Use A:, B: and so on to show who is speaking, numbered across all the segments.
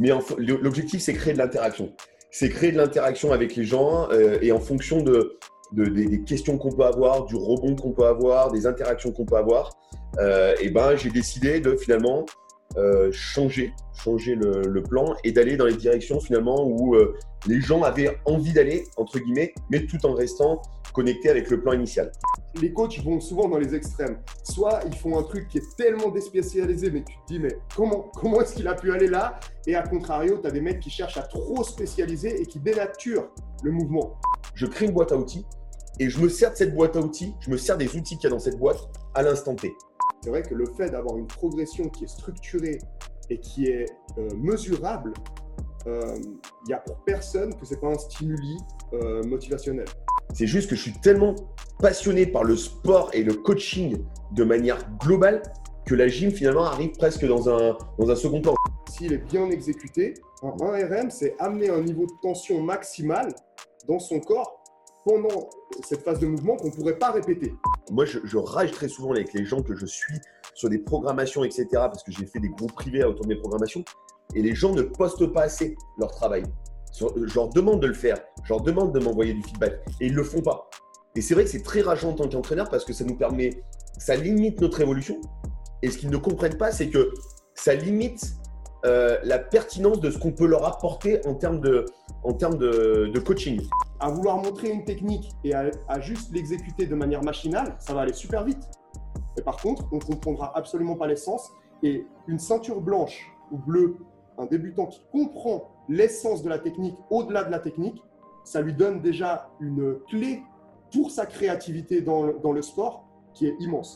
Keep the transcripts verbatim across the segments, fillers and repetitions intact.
A: Mais en, l'objectif, c'est créer de l'interaction. C'est créer de l'interaction avec les gens euh, et en fonction de, de, des, des questions qu'on peut avoir, du rebond qu'on peut avoir, des interactions qu'on peut avoir, euh, et ben, j'ai décidé de finalement euh, changer, changer le, le plan et d'aller dans les directions finalement où euh, les gens avaient envie d'aller, entre guillemets, mais tout en restant connectés avec le plan initial.
B: Les coachs vont souvent dans les extrêmes. Soit ils font un truc qui est tellement déspécialisé, mais tu te dis, mais comment, comment est-ce qu'il a pu aller là? Et à contrario, tu as des mecs qui cherchent à trop spécialiser et qui dénaturent le mouvement.
A: Je crée une boîte à outils et je me sers de cette boîte à outils, je me sers des outils qu'il y a dans cette boîte à l'instant T.
B: C'est vrai que le fait d'avoir une progression qui est structurée et qui est euh, mesurable, il euh, n'y a pour personne que ce n'est pas un stimuli euh, motivationnel.
A: C'est juste que je suis tellement passionné par le sport et le coaching de manière globale que la gym finalement arrive presque dans un, dans un second plan.
B: S'il est bien exécuté, un un R M, c'est amener un niveau de tension maximal dans son corps pendant cette phase de mouvement qu'on ne pourrait pas répéter.
A: Moi, je, je rage très souvent avec les gens que je suis sur des programmations, et cetera, parce que j'ai fait des groupes privés autour de mes programmations, et les gens ne postent pas assez leur travail. Je leur demande de le faire, je leur demande de m'envoyer du feedback, et ils ne le font pas. Et c'est vrai que c'est très rageant en tant qu'entraîneur parce que ça nous permet, ça limite notre évolution. Et ce qu'ils ne comprennent pas, c'est que ça limite euh, la pertinence de ce qu'on peut leur apporter en termes de, en termes de, de coaching.
B: À vouloir montrer une technique et à, à juste l'exécuter de manière machinale, ça va aller super vite. Et par contre, on ne comprendra absolument pas l'essence. Et une ceinture blanche ou bleue, un débutant qui comprend l'essence de la technique au-delà de la technique, ça lui donne déjà une clé pour sa créativité dans le, dans le sport qui est immense.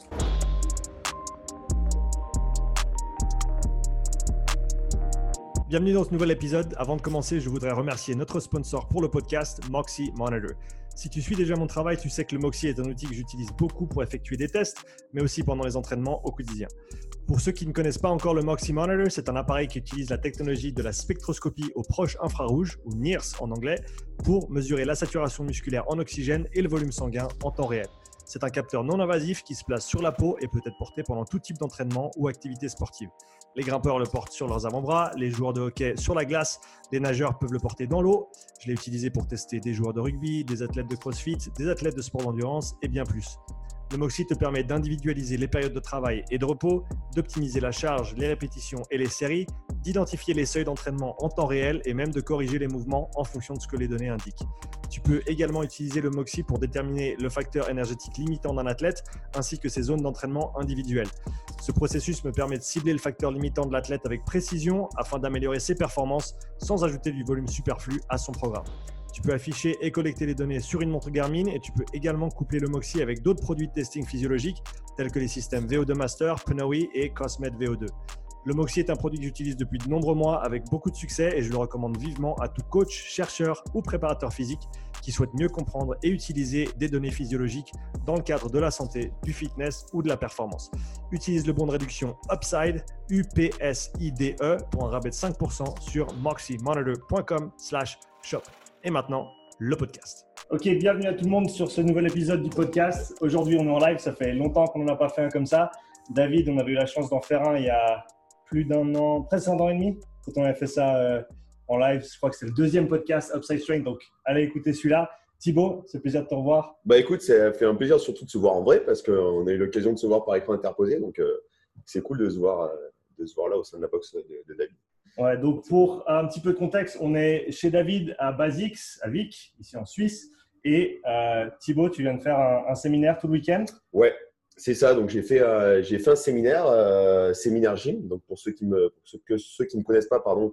C: Bienvenue dans ce nouvel épisode. Avant de commencer, je voudrais remercier notre sponsor pour le podcast, Moxy Monitor. Si tu suis déjà mon travail, tu sais que le Moxy est un outil que j'utilise beaucoup pour effectuer des tests, mais aussi pendant les entraînements au quotidien. Pour ceux qui ne connaissent pas encore le Moxy Monitor, c'est un appareil qui utilise la technologie de la spectroscopie aux proches infrarouges, ou N I R S en anglais, pour mesurer la saturation musculaire en oxygène et le volume sanguin en temps réel. C'est un capteur non invasif qui se place sur la peau et peut être porté pendant tout type d'entraînement ou activité sportive. Les grimpeurs le portent sur leurs avant-bras, les joueurs de hockey sur la glace, les nageurs peuvent le porter dans l'eau. Je l'ai utilisé pour tester des joueurs de rugby, des athlètes de crossfit, des athlètes de sport d'endurance et bien plus. Le Moxy te permet d'individualiser les périodes de travail et de repos, d'optimiser la charge, les répétitions et les séries, d'identifier les seuils d'entraînement en temps réel et même de corriger les mouvements en fonction de ce que les données indiquent. Tu peux également utiliser le Moxy pour déterminer le facteur énergétique limitant d'un athlète ainsi que ses zones d'entraînement individuelles. Ce processus me permet de cibler le facteur limitant de l'athlète avec précision afin d'améliorer ses performances sans ajouter du volume superflu à son programme. Tu peux afficher et collecter les données sur une montre Garmin et tu peux également coupler le Moxy avec d'autres produits de testing physiologique tels que les systèmes V O deux Master, Pnoe et Cosmed V O deux. Le Moxy est un produit que j'utilise depuis de nombreux mois avec beaucoup de succès et je le recommande vivement à tout coach, chercheur ou préparateur physique qui souhaite mieux comprendre et utiliser des données physiologiques dans le cadre de la santé, du fitness ou de la performance. Utilise le bon de réduction UPSIDE, U P S I D E pour un rabais de cinq pour cent sur moxymonitor point com slash shop. Et maintenant, le podcast.
D: Ok, bienvenue à tout le monde sur ce nouvel épisode du podcast. Aujourd'hui, on est en live, ça fait longtemps qu'on n'en a pas fait un comme ça. David, on avait eu la chance d'en faire un il y a plus d'un an, presque un an et demi, quand on avait fait ça euh, en live. Je crois que c'est le deuxième podcast Upside Strength, donc allez écouter celui-là. Thibaut, c'est un plaisir de te revoir.
A: Bah écoute, ça fait un plaisir surtout de se voir en vrai parce qu'on a eu l'occasion de se voir par écran interposé, donc euh, c'est cool de se voir, euh, de se voir là au sein de la box de, de David.
D: Ouais, donc pour un petit peu de contexte, on est chez David à Basics, à Vic, ici en Suisse. Et euh, Thibaut, tu viens de faire un, un séminaire tout le week-end.
A: Ouais, c'est ça. Donc j'ai fait, euh, j'ai fait un séminaire, euh, séminaire gym. Donc pour ceux qui me, pour ceux, que, ceux qui ne connaissent pas, pardon,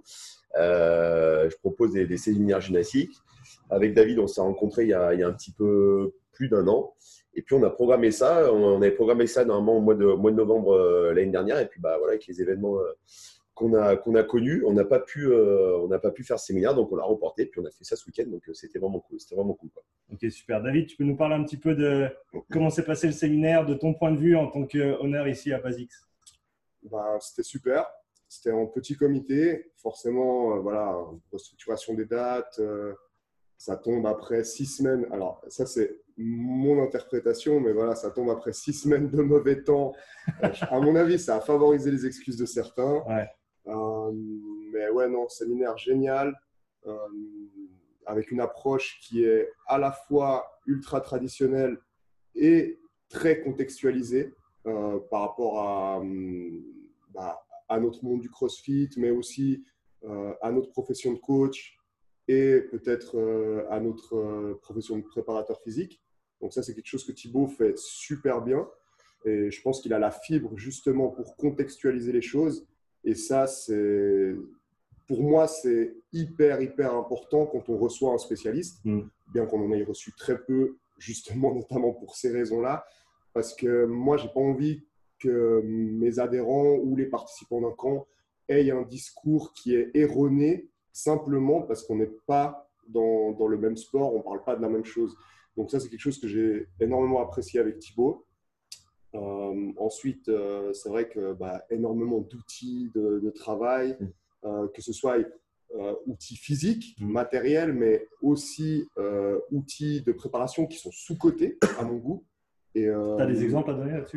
A: euh, je propose des, des séminaires gymnastiques. Avec David, on s'est rencontrés il y a, il y a un petit peu plus d'un an. Et puis on a programmé ça. On, on avait programmé ça normalement au mois de, au mois de novembre euh, l'année dernière. Et puis bah voilà, avec les événements euh, qu'on a, qu'on a connu, on n'a pas pu, euh, on n'a pas pu faire ce séminaire, donc on l'a reporté, puis on a fait ça ce week-end, donc euh, c'était vraiment cool, c'était vraiment cool, quoi.
D: Ok, super. David, tu peux nous parler un petit peu de comment s'est passé le séminaire, de ton point de vue en tant qu'honneur ici à Basics?
B: Ben, c'était super, c'était en petit comité, forcément, euh, voilà, restructuration des dates, euh, ça tombe après six semaines, alors ça c'est mon interprétation, mais voilà, ça tombe après six semaines de mauvais temps. À mon avis, ça a favorisé les excuses de certains.
D: Ouais.
B: Euh, mais ouais, non, séminaire génial, euh, avec une approche qui est à la fois ultra traditionnelle et très contextualisée euh, par rapport à, bah, à notre monde du CrossFit, mais aussi euh, à notre profession de coach et peut-être euh, à notre euh, profession de préparateur physique. Donc ça, c'est quelque chose que Thibaut fait super bien. Et je pense qu'il a la fibre justement pour contextualiser les choses. Et ça, c'est, pour moi, c'est hyper, hyper important quand on reçoit un spécialiste, mm. bien qu'on en ait reçu très peu, justement, notamment pour ces raisons-là. Parce que moi, je n'ai pas envie que mes adhérents ou les participants d'un camp aient un discours qui est erroné simplement parce qu'on n'est pas dans, dans le même sport, on ne parle pas de la même chose. Donc ça, c'est quelque chose que j'ai énormément apprécié avec Thibaut. Euh, ensuite, euh, c'est vrai que bah, énormément d'outils de, de travail, euh, que ce soit euh, outils physiques, matériels, mais aussi euh, outils de préparation qui sont sous-cotés à mon goût.
D: Euh, tu as des exemples à donner là-dessus?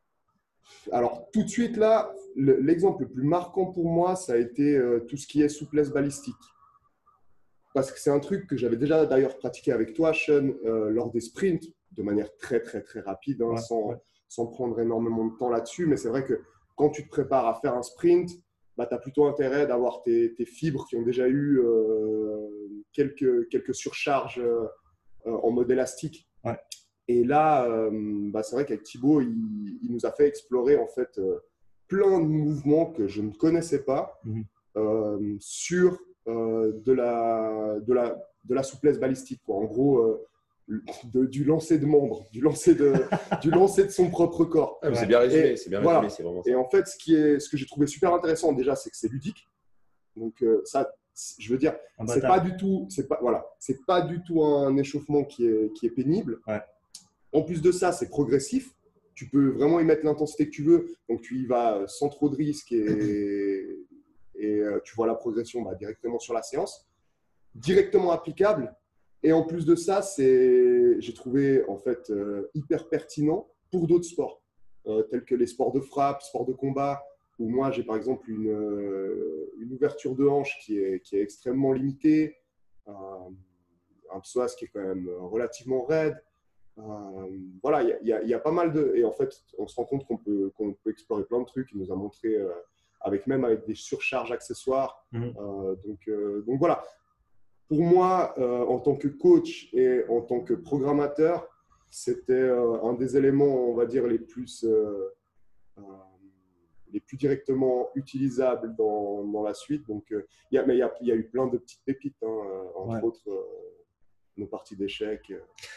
B: Alors, tout de suite, là, le, l'exemple le plus marquant pour moi, ça a été euh, tout ce qui est souplesse balistique. Parce que c'est un truc que j'avais déjà d'ailleurs pratiqué avec toi, Sean, euh, lors des sprints, de manière très, très, très rapide, hein, ouais, sans, ouais. sans prendre énormément de temps là-dessus. Mais c'est vrai que quand tu te prépares à faire un sprint, bah, tu as plutôt intérêt d'avoir tes, tes fibres qui ont déjà eu euh, quelques, quelques surcharges euh, en mode élastique.
D: Ouais.
B: Et là, euh, bah, c'est vrai qu'avec Thibaut, il, il nous a fait explorer en fait euh, plein de mouvements que je ne connaissais pas mmh. euh, sur euh, de, la, de, la, de la souplesse balistique, quoi. En gros, euh, de, du lancer de membres, du lancer de, du lancer de son propre corps.
A: Ah, ouais. C'est bien résumé, c'est bien
B: voilà.
A: résumé, c'est vraiment ça.
B: Et en fait, ce, qui est, ce que j'ai trouvé super intéressant déjà, c'est que c'est ludique. Donc euh, ça, je veux dire, c'est pas du tout, c'est pas, voilà, c'est pas du tout un échauffement qui est, qui est pénible.
D: Ouais.
B: En plus de ça, c'est progressif. Tu peux vraiment y mettre l'intensité que tu veux. Donc, tu y vas sans trop de risques et, et tu vois la progression bah, directement sur la séance. Directement applicable. Et en plus de ça, c'est, j'ai trouvé en fait euh, hyper pertinent pour d'autres sports, euh, tels que les sports de frappe, sports de combat, où moi, j'ai par exemple une, euh, une ouverture de hanche qui est, qui est extrêmement limitée, euh, un psoas qui est quand même relativement raide. Euh, voilà, il y, y, y a pas mal de… Et en fait, on se rend compte qu'on peut, qu'on peut explorer plein de trucs. Il nous a montré, euh, avec, même avec des surcharges accessoires. Mmh. Euh, donc, euh, donc voilà, pour moi, euh, en tant que coach et en tant que programmateur, c'était euh, un des éléments, on va dire, les plus, euh, euh, les plus directement utilisables dans, dans la suite. Donc, euh, y a, mais il y a, y a eu plein de petites pépites, hein, entre ouais. autres… Euh, nos parties d'échecs.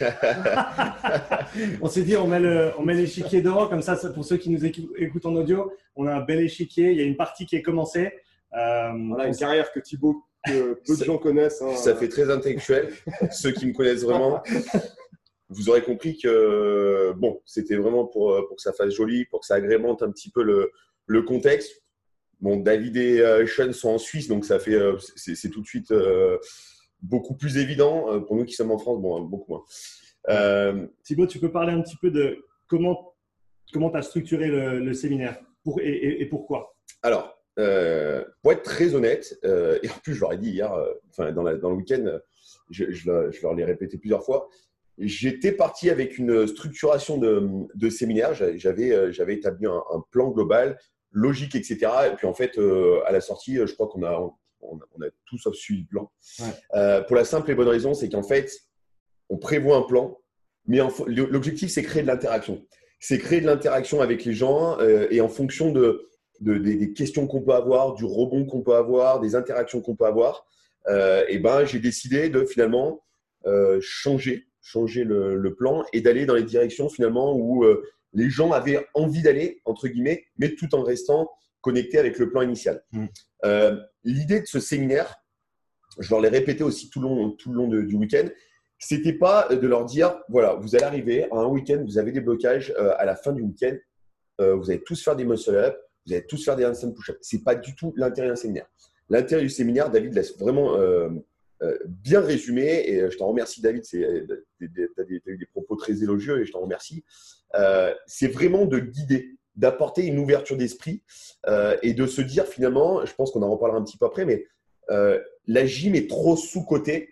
D: On s'est dit, on met, le, on met l'échiquier dehors, comme ça, pour ceux qui nous écoutent en audio, on a un bel échiquier, il y a une partie qui est commencée.
B: Euh, voilà, une carrière que Thibaut, que peu de gens connaissent. Hein.
A: Ça fait très intellectuel. Ceux qui me connaissent vraiment, vous aurez compris que bon, c'était vraiment pour, pour que ça fasse joli, pour que ça agrémente un petit peu le, le contexte. Bon, David et euh, Sean sont en Suisse, donc ça fait, euh, c'est, c'est tout de suite… Euh, beaucoup plus évident pour nous qui sommes en France, bon, beaucoup moins.
D: Euh... Thibaut, tu peux parler un petit peu de comment comment tu as structuré le, le séminaire pour, et, et, et pourquoi?
A: Alors, euh, pour être très honnête, euh, et en plus, je leur ai dit hier, euh, enfin, dans, la, dans le week-end, je, je, je leur l'ai répété plusieurs fois, j'étais parti avec une structuration de, de séminaire. J'avais, j'avais établi un, un plan global, logique, et cetera. Et puis, en fait, euh, à la sortie, je crois qu'on a… On a tout sauf suivi le plan.
D: Ouais.
A: Euh, pour la simple et bonne raison, c'est qu'en fait, on prévoit un plan, mais en, l'objectif, c'est créer de l'interaction. C'est créer de l'interaction avec les gens euh, et en fonction de, de, des, des questions qu'on peut avoir, du rebond qu'on peut avoir, des interactions qu'on peut avoir, euh, et ben, j'ai décidé de finalement euh, changer, changer le, le plan et d'aller dans les directions finalement où euh, les gens avaient envie d'aller, entre guillemets, mais tout en restant connectés avec le plan initial.
D: Mmh.
A: Euh, l'idée de ce séminaire, je leur l'ai répété aussi tout le long, tout le long de, du week-end, c'était pas de leur dire, voilà, vous allez arriver à un week-end, vous avez des blocages euh, à la fin du week-end, euh, vous allez tous faire des muscle-up, vous allez tous faire des handstand push-up. C'est pas du tout l'intérêt d'un séminaire. L'intérêt du séminaire, David laisse vraiment euh, euh, bien résumé, et je t'en remercie David, tu as eu des propos très élogieux et je t'en remercie. Euh, c'est vraiment de guider d'apporter une ouverture d'esprit euh, et de se dire finalement, je pense qu'on en reparlera un petit peu après, mais euh, la gym est trop sous-cotée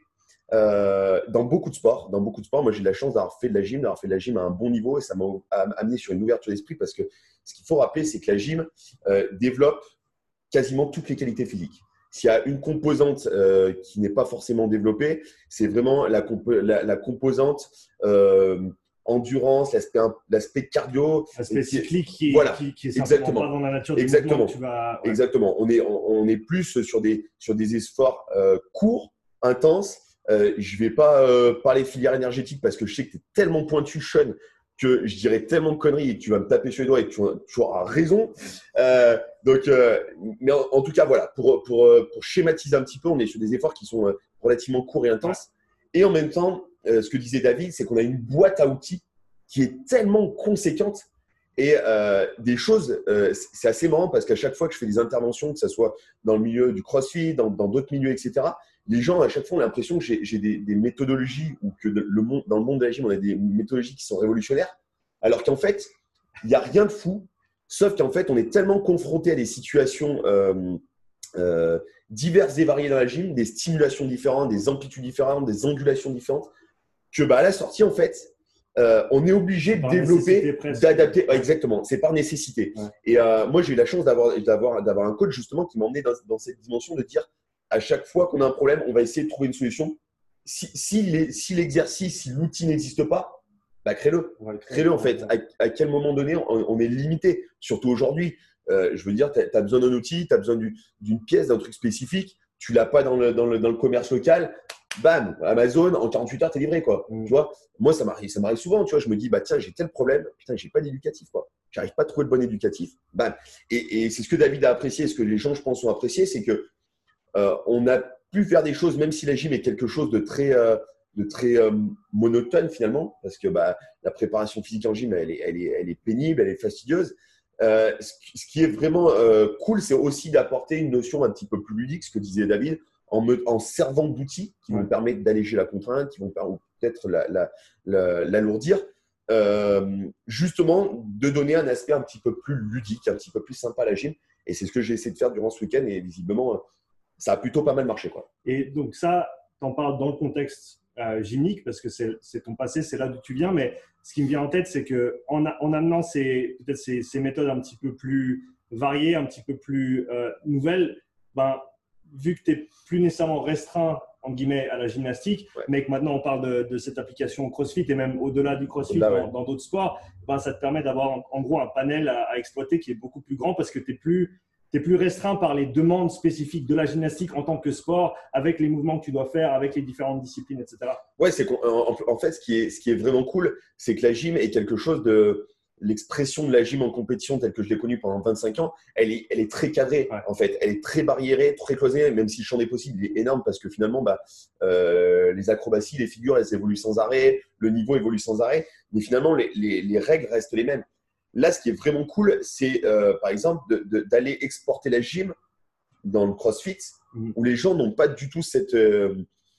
A: euh, dans beaucoup de sports. Dans beaucoup de sports, moi j'ai de la chance d'avoir fait de la gym, d'avoir fait de la gym à un bon niveau et ça m'a amené sur une ouverture d'esprit parce que ce qu'il faut rappeler, c'est que la gym euh, développe quasiment toutes les qualités physiques. S'il y a une composante euh, qui n'est pas forcément développée, c'est vraiment la, compo la, la composante euh, endurance, l'aspect cardio.
D: L'aspect cyclique qui,
A: voilà,
D: qui, qui est
A: exactement.
D: Pas dans la nature du
A: exactement.
D: mouvement que tu vas…
A: Ouais. Exactement. On est, on, on est plus sur des, sur des efforts euh, courts, intenses. Euh, je ne vais pas euh, parler filière énergétique parce que je sais que tu es tellement pointu, Sean, que je dirais tellement de conneries et que tu vas me taper sur les doigts et que tu, tu auras raison. Euh, donc, euh, mais en, en tout cas, voilà, pour, pour, pour schématiser un petit peu, on est sur des efforts qui sont relativement courts et intenses. Et en même temps, euh, ce que disait David, c'est qu'on a une boîte à outils qui est tellement conséquente et euh, des choses, euh, c'est assez marrant parce qu'à chaque fois que je fais des interventions, que ce soit dans le milieu du CrossFit, dans d'autres milieux, et cetera, les gens, à chaque fois, ont l'impression que j'ai des, des méthodologies ou que le monde, dans le monde de la gym, on a des méthodologies qui sont révolutionnaires, alors qu'en fait, il n'y a rien de fou, sauf qu'en fait, on est tellement confronté à des situations euh, euh, diverses et variées dans la gym, des stimulations différentes, des amplitudes différentes, des angulations différentes, que bah, à la sortie, en fait, euh, on est obligé de développer, d'adapter. Ouais, exactement, c'est par nécessité. Ouais. Et euh, moi, j'ai eu la chance d'avoir un coach justement qui m'a emmené dans, dans cette dimension de dire à chaque fois qu'on a un problème, on va essayer de trouver une solution. Si, si l'exercice, si l'outil n'existe pas, bah, crée-le. Ouais, crée-le en fait. À, à quel moment donné, on, on est limité, surtout aujourd'hui. Euh, je veux dire, tu as besoin d'un outil, tu as besoin d'une pièce, d'un truc spécifique. Tu ne l'as pas dans le, dans, le, dans le commerce local. Bam, Amazon, en quarante-huit heures, tu es livré, quoi. Mm. Tu vois, moi, ça m'arrive souvent. Tu vois, je me dis, bah, tiens, j'ai tel problème. Putain, j'ai pas d'éducatif, quoi. J'arrive pas à trouver le bon éducatif. Bam. Et, et c'est ce que David a apprécié, ce que les gens, je pense, ont apprécié, c'est que euh, on a pu faire des choses, même si la gym est quelque chose de très, euh, de très euh, monotone, finalement, parce que bah, la préparation physique en gym, elle est, elle est, elle est pénible, elle est fastidieuse. Euh, ce, ce qui est vraiment euh, cool, c'est aussi d'apporter une notion un petit peu plus ludique, ce que disait David, en, me, en servant d'outils qui vont permettre d'alléger la contrainte, qui vont peut-être l'alourdir, la, la, la, euh, justement de donner un aspect un petit peu plus ludique, un petit peu plus sympa à la gym. Et c'est ce que j'ai essayé de faire durant ce week-end et visiblement, ça a plutôt pas mal marché, quoi.
D: Et donc ça, tu en parles dans le contexte euh, gymnique parce que c'est ton passé, c'est là d'où tu viens, mais ce qui me vient en tête, c'est qu'en en amenant ces, peut-être ces, ces méthodes un petit peu plus variées, un petit peu plus euh, nouvelles, ben, vu que tu n'es plus nécessairement restreint entre guillemets, à la gymnastique, ouais. mais que maintenant on parle de, de cette application au CrossFit et même au-delà du CrossFit Là, ouais. dans d'autres sports, ben, ça te permet d'avoir en, en gros un panel à, à exploiter qui est beaucoup plus grand parce que tu n'es plus, t'es plus restreint par les demandes spécifiques de la gymnastique en tant que sport, avec les mouvements que tu dois faire, avec les différentes disciplines, et cetera.
A: Ouais, c'est en, en fait, ce qui est, ce qui est vraiment cool, c'est que la gym est quelque chose de… L'expression de la gym en compétition telle que je l'ai connue pendant vingt-cinq ans, elle est, elle est très cadrée, ouais. en fait. Elle est très barriérée, très cloisonnée, même si le champ des possibles est énorme parce que finalement, bah, euh, les acrobaties, les figures, elles évoluent sans arrêt, le niveau évolue sans arrêt, mais finalement, les, les, les règles restent les mêmes. Là, ce qui est vraiment cool, c'est euh, par exemple d'aller exporter la gym dans le CrossFit mmh. où les gens n'ont pas du tout cette… Euh,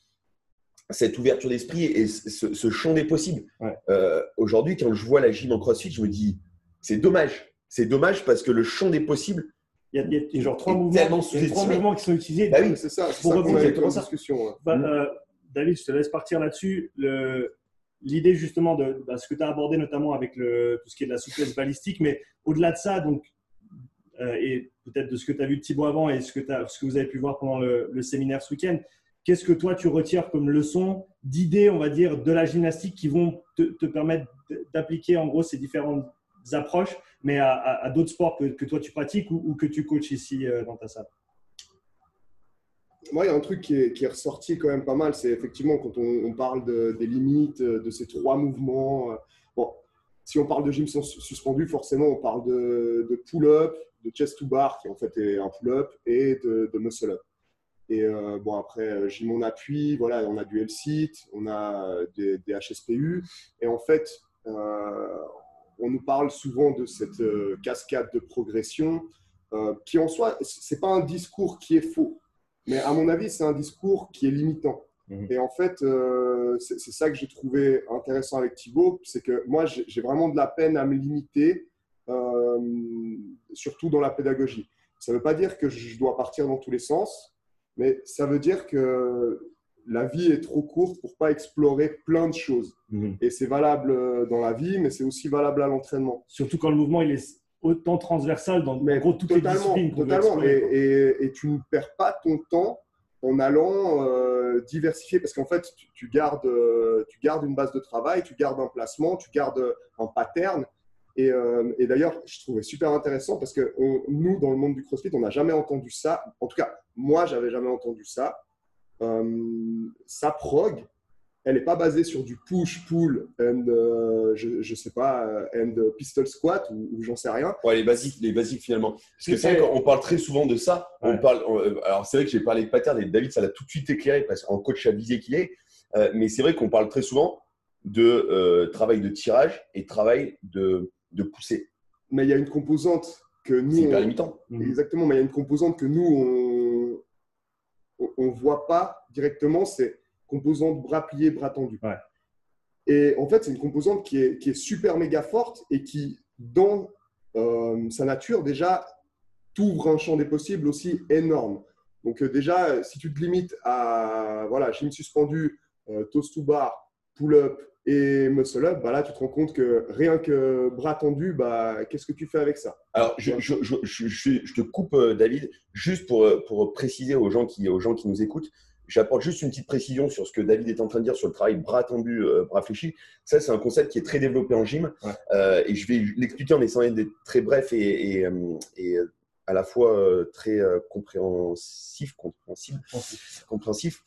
A: cette ouverture d'esprit et ce, ce champ des possibles. Ouais. Euh, Aujourd'hui, quand je vois la gym en CrossFit, je me dis, c'est dommage. C'est dommage parce que le champ des possibles,
D: il y a, il y a genre trois mouvements, il y a trois mouvements qui sont utilisés.
B: Bah oui, c'est ça. C'est pour ça qu'on a été en discussion. Ouais.
D: Bah, euh, David, je te laisse partir là-dessus. L'idée justement de bah, ce que tu as abordé notamment avec le, tout ce qui est de la souplesse balistique, mais au-delà de ça, donc, euh, et peut-être de ce que tu as vu de Thibaut avant et ce que, as, ce que vous avez pu voir pendant le, le séminaire ce week-end, qu'est-ce que toi, tu retires comme leçon d'idées, on va dire, de la gymnastique qui vont te, te permettre d'appliquer en gros ces différentes approches, mais à, à, à d'autres sports que, que toi, tu pratiques ou, ou que tu coaches ici euh, dans ta salle?
B: Moi, il y a un truc qui est, qui est ressorti quand même pas mal, c'est effectivement quand on, on parle de, des limites, de ces trois mouvements. Bon, si on parle de gym suspendu, forcément, on parle de, de pull-up, de chest to bar, qui en fait est un pull-up, et de, de muscle-up. Et euh, bon, après, j'ai mon appui, voilà, on a du L-sit, on a des, des H S P U. Et en fait, euh, on nous parle souvent de cette euh, cascade de progression euh, qui, en soi, ce n'est pas un discours qui est faux. Mais à mon avis, c'est un discours qui est limitant. Mmh. Et en fait, euh, c'est ça que j'ai trouvé intéressant avec Thibaut, c'est que moi, j'ai vraiment de la peine à me limiter euh, euh, surtout dans la pédagogie. Ça ne veut pas dire que je dois partir dans tous les sens, mais ça veut dire que la vie est trop courte pour ne pas explorer plein de choses. Mmh. Et c'est valable dans la vie, mais c'est aussi valable à l'entraînement.
D: Surtout quand le mouvement il est autant transversal dans mais en gros, toutes totalement, les disciplines qu'on
B: totalement.
D: veut explorer.
B: Et, et, et tu ne perds pas ton temps en allant euh, diversifier, parce qu'en fait, tu, tu, gardes, euh, tu gardes une base de travail, tu gardes un placement, tu gardes un pattern. Et, euh, et d'ailleurs, je trouvais super intéressant parce que on, nous, dans le monde du CrossFit, on n'a jamais entendu ça. En tout cas, moi, je n'avais jamais entendu ça. Euh, sa prog, elle n'est pas basée sur du push, pull, and, euh, je ne sais pas, and pistol squat ou, ou j'en sais rien.
A: Ouais, les basiques, les basiques finalement. Parce que c'est vrai qu'on parle très souvent de ça. Ouais. On parle, on, alors c'est vrai que j'ai parlé de pattern et David, ça l'a tout de suite éclairé parce qu'en coach avisé qu'il est. Euh, mais c'est vrai qu'on parle très souvent de euh, travail de tirage et travail de, de poussée.
B: Mais il y a une composante que nous…
A: C'est hyper limitant.
B: Exactement, mais il y a une composante que nous, on ne voit pas directement, c'est composante bras pliés, bras tendus.
D: Ouais.
B: Et en fait, c'est une composante qui est, qui est super méga forte et qui, dans euh, sa nature, déjà, t'ouvre un champ des possibles aussi énorme. Donc euh, déjà, si tu te limites à voilà, gym suspendu, euh, toast to bar, pull-up et muscle-up, bah là, tu te rends compte que rien que bras tendus, bah, qu'est-ce que tu fais avec ça?
A: Alors, je, je, je, je, je te coupe, David, juste pour, pour préciser aux gens qui, aux gens qui nous écoutent. J'apporte juste une petite précision sur ce que David est en train de dire sur le travail bras tendu, euh, bras fléchis. Ça, c'est un concept qui est très développé en gym. Ouais. Euh, et je vais l'expliquer en essayant d'être très bref et, et, et à la fois euh, très euh, compréhensif, compréhensible, compréhensif. compréhensif.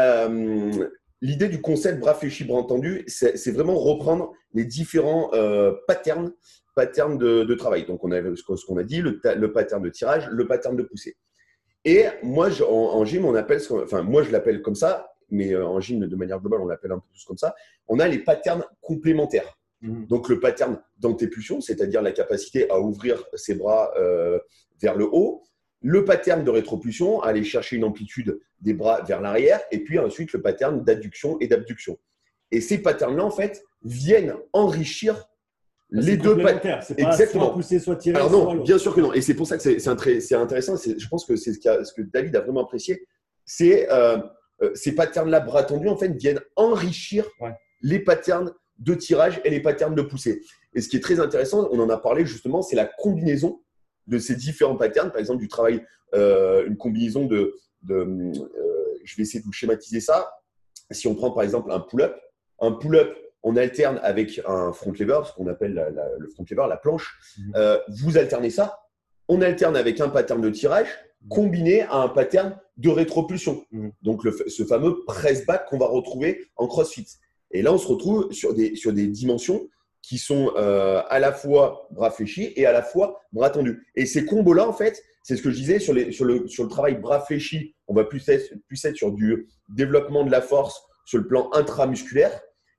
A: Euh, L'idée du concept bras fléchis, bras tendu, c'est vraiment reprendre les différents euh, patterns, patterns de, de travail. Donc, on a ce qu'on a dit, le, le pattern de tirage, le pattern de poussée. Et moi, je, en, en gym, on appelle, enfin, moi, je l'appelle comme ça, mais en gym, de manière globale, on l'appelle un peu plus comme ça. On a les patterns complémentaires. Mmh. Donc, le pattern d'antépulsion, c'est-à-dire la capacité à ouvrir ses bras euh, vers le haut. Le pattern de rétropulsion, aller chercher une amplitude des bras vers l'arrière. Et puis ensuite, le pattern d'adduction et d'abduction. Et ces patterns-là, en fait, viennent enrichir les deux patterns.
D: C'est pas soit pousser, soit tirer.
A: Alors non, bien sûr que non. Et c'est pour ça que c'est intéressant. Je pense que c'est ce, ce que David a vraiment apprécié. C'est euh, ces patterns-là, bras tendus, en fait, viennent enrichir ouais. les patterns de tirage et les patterns de poussée. Et ce qui est très intéressant, on en a parlé justement, c'est la combinaison de ces différents patterns. Par exemple, du travail, euh, une combinaison de… de euh, je vais essayer de vous schématiser ça. Si on prend par exemple un pull-up, un pull-up, on alterne avec un front lever, ce qu'on appelle la, la, le front lever, la planche. Mmh. Euh, vous alternez ça. On alterne avec un pattern de tirage combiné à un pattern de rétropulsion. Mmh. Donc, le, ce fameux press-back qu'on va retrouver en CrossFit. Et là, on se retrouve sur des, sur des dimensions qui sont euh, à la fois bras fléchis et à la fois bras tendus. Et ces combos-là, en fait, c'est ce que je disais sur, les, sur, le, sur le travail bras fléchis. On va plus être, plus être sur du développement de la force sur le plan intramusculaire.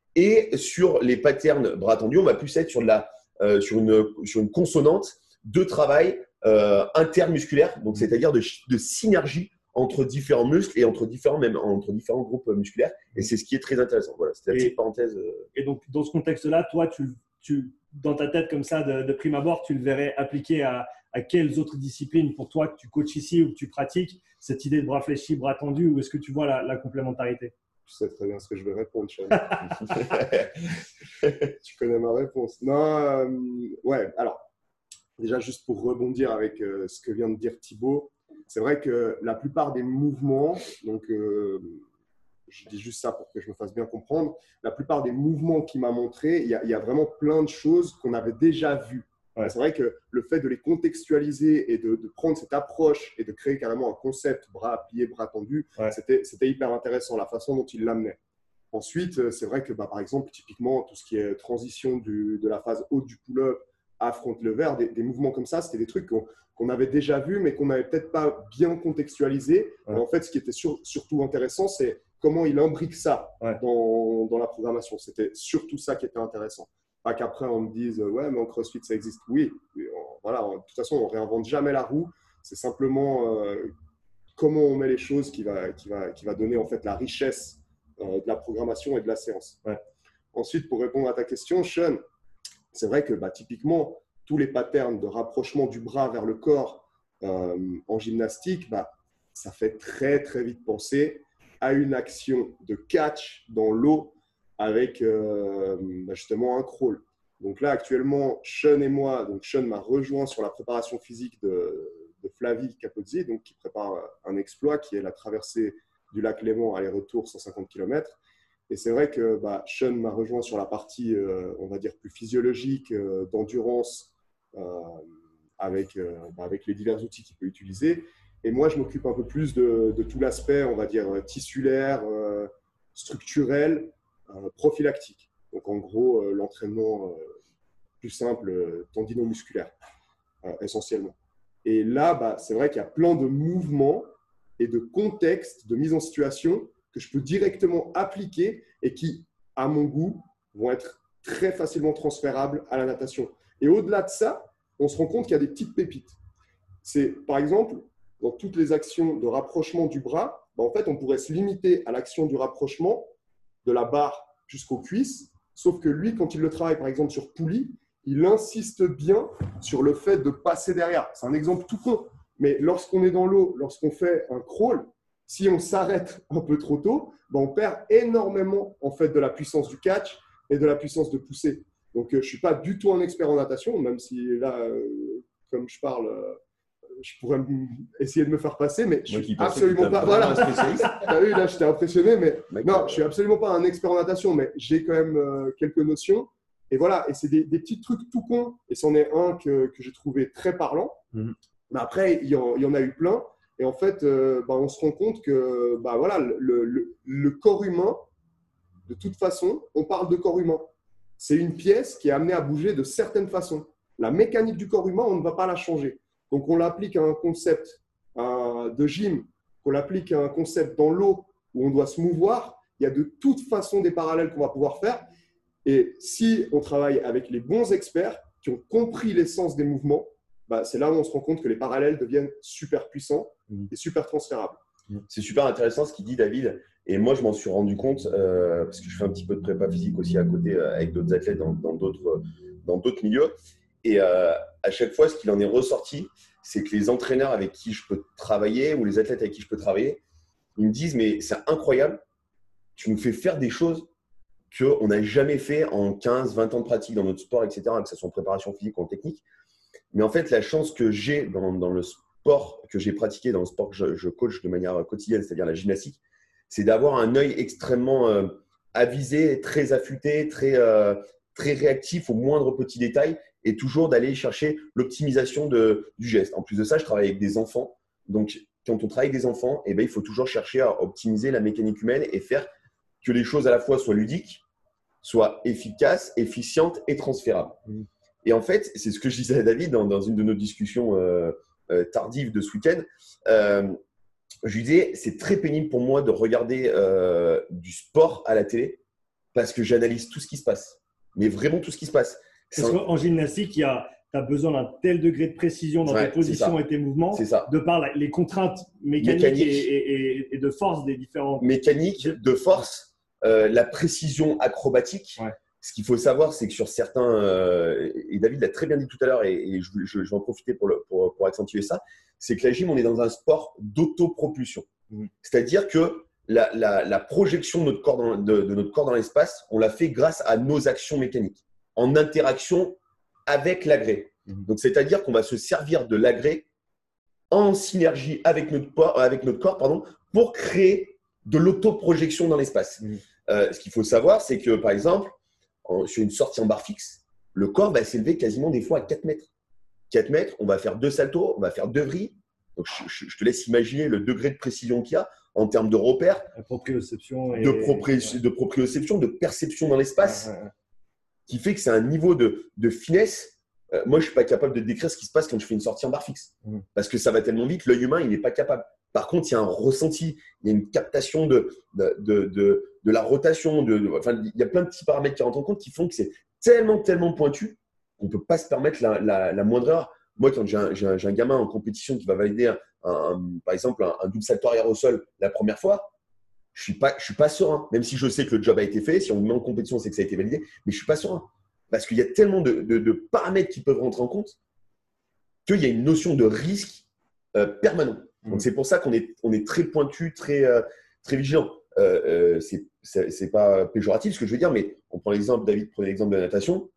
A: Et sur les patterns bras tendus, on va plus être sur, de la, euh, sur, une, sur une consonante de travail euh, intermusculaire, donc c'est-à-dire de, de synergie entre différents muscles et entre différents, même, entre différents groupes musculaires. Et c'est ce qui est très intéressant. Voilà, c'était la petite parenthèse.
D: Et donc, dans ce contexte-là, toi, tu, tu, dans ta tête comme ça, de, de prime abord, tu le verrais appliqué à, à quelles autres disciplines pour toi que tu coaches ici ou que tu pratiques cette idée de bras fléchis, bras tendus, ou est-ce que tu vois la, la complémentarité?
B: Tu sais très bien ce que je vais répondre, Sean. Tu connais ma réponse. Non, euh, ouais, alors, déjà, juste pour rebondir avec euh, ce que vient de dire Thibaut, c'est vrai que la plupart des mouvements, donc euh, je dis juste ça pour que je me fasse bien comprendre, la plupart des mouvements qu'il m'a montré, il y, y a vraiment plein de choses qu'on avait déjà vues. Ouais. C'est vrai que le fait de les contextualiser et de, de prendre cette approche et de créer carrément un concept bras pliés, bras tendus, ouais. c'était hyper intéressant, la façon dont il l'amenait. Ensuite, c'est vrai que bah, par exemple, typiquement, tout ce qui est transition du, de la phase haute du pull-up à front lever, des, des mouvements comme ça, c'était des trucs qu'on qu'on avait déjà vus, mais qu'on n'avait peut-être pas bien contextualisé. Ouais. En fait, ce qui était sur, surtout intéressant, c'est comment il imbrique ça ouais. dans, dans la programmation. C'était surtout ça qui était intéressant. Pas qu'après, on me dise « Ouais, mais en CrossFit, ça existe. » Oui, on, voilà, de toute façon, on ne réinvente jamais la roue. C'est simplement euh, comment on met les choses qui va, qui va, qui va donner en fait la richesse euh, de la programmation et de la séance. Ouais. Ensuite, pour répondre à ta question, Sean, c'est vrai que bah, typiquement, tous les patterns de rapprochement du bras vers le corps euh, en gymnastique, bah, ça fait très, très vite penser à une action de catch dans l'eau avec euh, bah, justement un crawl. Donc là, actuellement, Sean et moi, donc Sean m'a rejoint sur la préparation physique de, de Flavie Capozzi, donc qui prépare un exploit qui est la traversée du lac Léman aller-retour cent cinquante kilomètres. Et c'est vrai que bah, Sean m'a rejoint sur la partie, euh, on va dire, plus physiologique, euh, d'endurance, euh, avec, euh, bah, avec les divers outils qu'il peut utiliser. Et moi, je m'occupe un peu plus de, de tout l'aspect, on va dire, tissulaire, euh, structurel, euh, prophylactique. Donc, en gros, euh, l'entraînement euh, plus simple, euh, tendino-musculaire, euh, essentiellement. Et là, bah, c'est vrai qu'il y a plein de mouvements et de contextes, de mise en situation que je peux directement appliquer et qui, à mon goût, vont être très facilement transférables à la natation. Et au-delà de ça, on se rend compte qu'il y a des petites pépites. C'est, par exemple, dans toutes les actions de rapprochement du bras, bah, en fait, on pourrait se limiter à l'action du rapprochement de la barre jusqu'aux cuisses, sauf que lui, quand il le travaille, par exemple, sur poulie, il insiste bien sur le fait de passer derrière. C'est un exemple tout con, mais lorsqu'on est dans l'eau, lorsqu'on fait un crawl, si on s'arrête un peu trop tôt, bah, on perd énormément en fait, de la puissance du catch et de la puissance de poussée. Donc, euh, je ne suis pas du tout un expert en natation, même si là, euh, comme je parle, euh, je pourrais essayer de me faire passer, mais je ne suis absolument pas… Voilà, tu as vu, là, j'étais impressionné, mais Mec, non, je ne suis absolument pas un expert en natation, mais j'ai quand même euh, quelques notions. Et voilà, et c'est des, des petits trucs tout cons, et c'en est un que, que j'ai trouvé très parlant. Mm-hmm. Mais après, il y, en, il y en a eu plein. Et en fait, euh, bah, on se rend compte que bah, voilà, le, le, le corps humain, de toute façon, on parle de corps humain. C'est une pièce qui est amenée à bouger de certaines façons. La mécanique du corps humain, on ne va pas la changer. Donc, on l'applique à un concept euh, de gym, qu'on l'applique à un concept dans l'eau où on doit se mouvoir. Il y a de toute façon des parallèles qu'on va pouvoir faire. Et si on travaille avec les bons experts qui ont compris l'essence des mouvements, bah, c'est là où on se rend compte que les parallèles deviennent super puissants et super transférables.
A: C'est super intéressant ce qu'il dit, David. Et moi, je m'en suis rendu compte euh, parce que je fais un petit peu de prépa physique aussi à côté euh, avec d'autres athlètes dans, dans, d'autres, dans d'autres milieux. Et euh, à chaque fois, ce qu'il en est ressorti, c'est que les entraîneurs avec qui je peux travailler ou les athlètes avec qui je peux travailler, ils me disent « mais c'est incroyable, tu nous fais faire des choses qu'on n'a jamais fait en quinze, vingt ans de pratique dans notre sport, et cetera, que ce soit en préparation physique ou en technique. Mais en fait, la chance que j'ai dans, dans le sport que j'ai pratiqué, dans le sport que je, je coach de manière quotidienne, c'est-à-dire la gymnastique, c'est d'avoir un œil extrêmement euh, avisé, très affûté, très, euh, très réactif aux moindres petits détails et toujours d'aller chercher l'optimisation de, du geste. En plus de ça, je travaille avec des enfants. Donc, quand on travaille avec des enfants, eh ben, il faut toujours chercher à optimiser la mécanique humaine et faire que les choses à la fois soient ludiques, soient efficaces, efficientes et transférables. Mmh. Et en fait, c'est ce que je disais à David dans, dans une de nos discussions euh, euh, tardives de ce week-end. Euh, je lui disais, c'est très pénible pour moi de regarder euh, du sport à la télé parce que j'analyse tout ce qui se passe. Mais vraiment tout ce qui se passe.
D: Parce qu'en gymnastique, tu as besoin d'un tel degré de précision dans ouais, tes positions et tes mouvements, de par la, les contraintes mécaniques Mécanique, et, et, et de force des différents…
A: Mécanique, de force, euh, la précision acrobatique. Ouais. Ce qu'il faut savoir, c'est que sur certains, euh, et David l'a très bien dit tout à l'heure, et, et je, je, je vais en profiter pour, le, pour, pour accentuer ça, c'est que la gym, on est dans un sport d'autopropulsion. Mmh. C'est-à-dire que la, la, la projection de notre corps dans, de, de notre corps dans l'espace, on l'a fait grâce à nos actions mécaniques, en interaction avec l'agré. Mmh. Donc, c'est-à-dire qu'on va se servir de l'agré en synergie avec notre, avec notre corps pardon, pour créer de l'autoprojection dans l'espace. Mmh. Euh, ce qu'il faut savoir, c'est que, par exemple, sur une sortie en barre fixe, le corps va s'élever quasiment des fois à quatre mètres. quatre mètres, on va faire deux saltos, on va faire deux vrilles. Donc, je, je te laisse imaginer le degré de précision qu'il y a en termes de repères,
D: La proprioception et…
A: de, propri, ouais. de proprioception, de perception dans l'espace, ouais, ouais, ouais. qui fait que c'est un niveau de, de finesse. Euh, moi, je ne suis pas capable de décrire ce qui se passe quand je fais une sortie en barre fixe. Mmh. Parce que ça va tellement vite, l'œil humain, il n'est pas capable. Par contre, il y a un ressenti, il y a une captation de, de, de, de, de la rotation. De, de, enfin, il y a plein de petits paramètres qui rentrent en compte qui font que c'est tellement, tellement pointu qu'on ne peut pas se permettre la, la, la moindre erreur. Moi, quand j'ai un, j'ai, un, j'ai un gamin en compétition qui va valider, un, un, par exemple, un, un double salto arrière au sol la première fois, je ne suis, suis pas serein. Même si je sais que le job a été fait, si on me met en compétition, c'est que ça a été validé, mais je ne suis pas serein. parce qu'il y a tellement de, de, de paramètres qui peuvent rentrer en compte qu'il y a une notion de risque euh, permanent. Donc, mmh. c'est pour ça qu'on est, on est très pointu, très, euh, très vigilant. Euh, euh, c'est, c'est, c'est pas péjoratif ce que je veux dire, mais on prend l'exemple, David prenait l'exemple de la natation.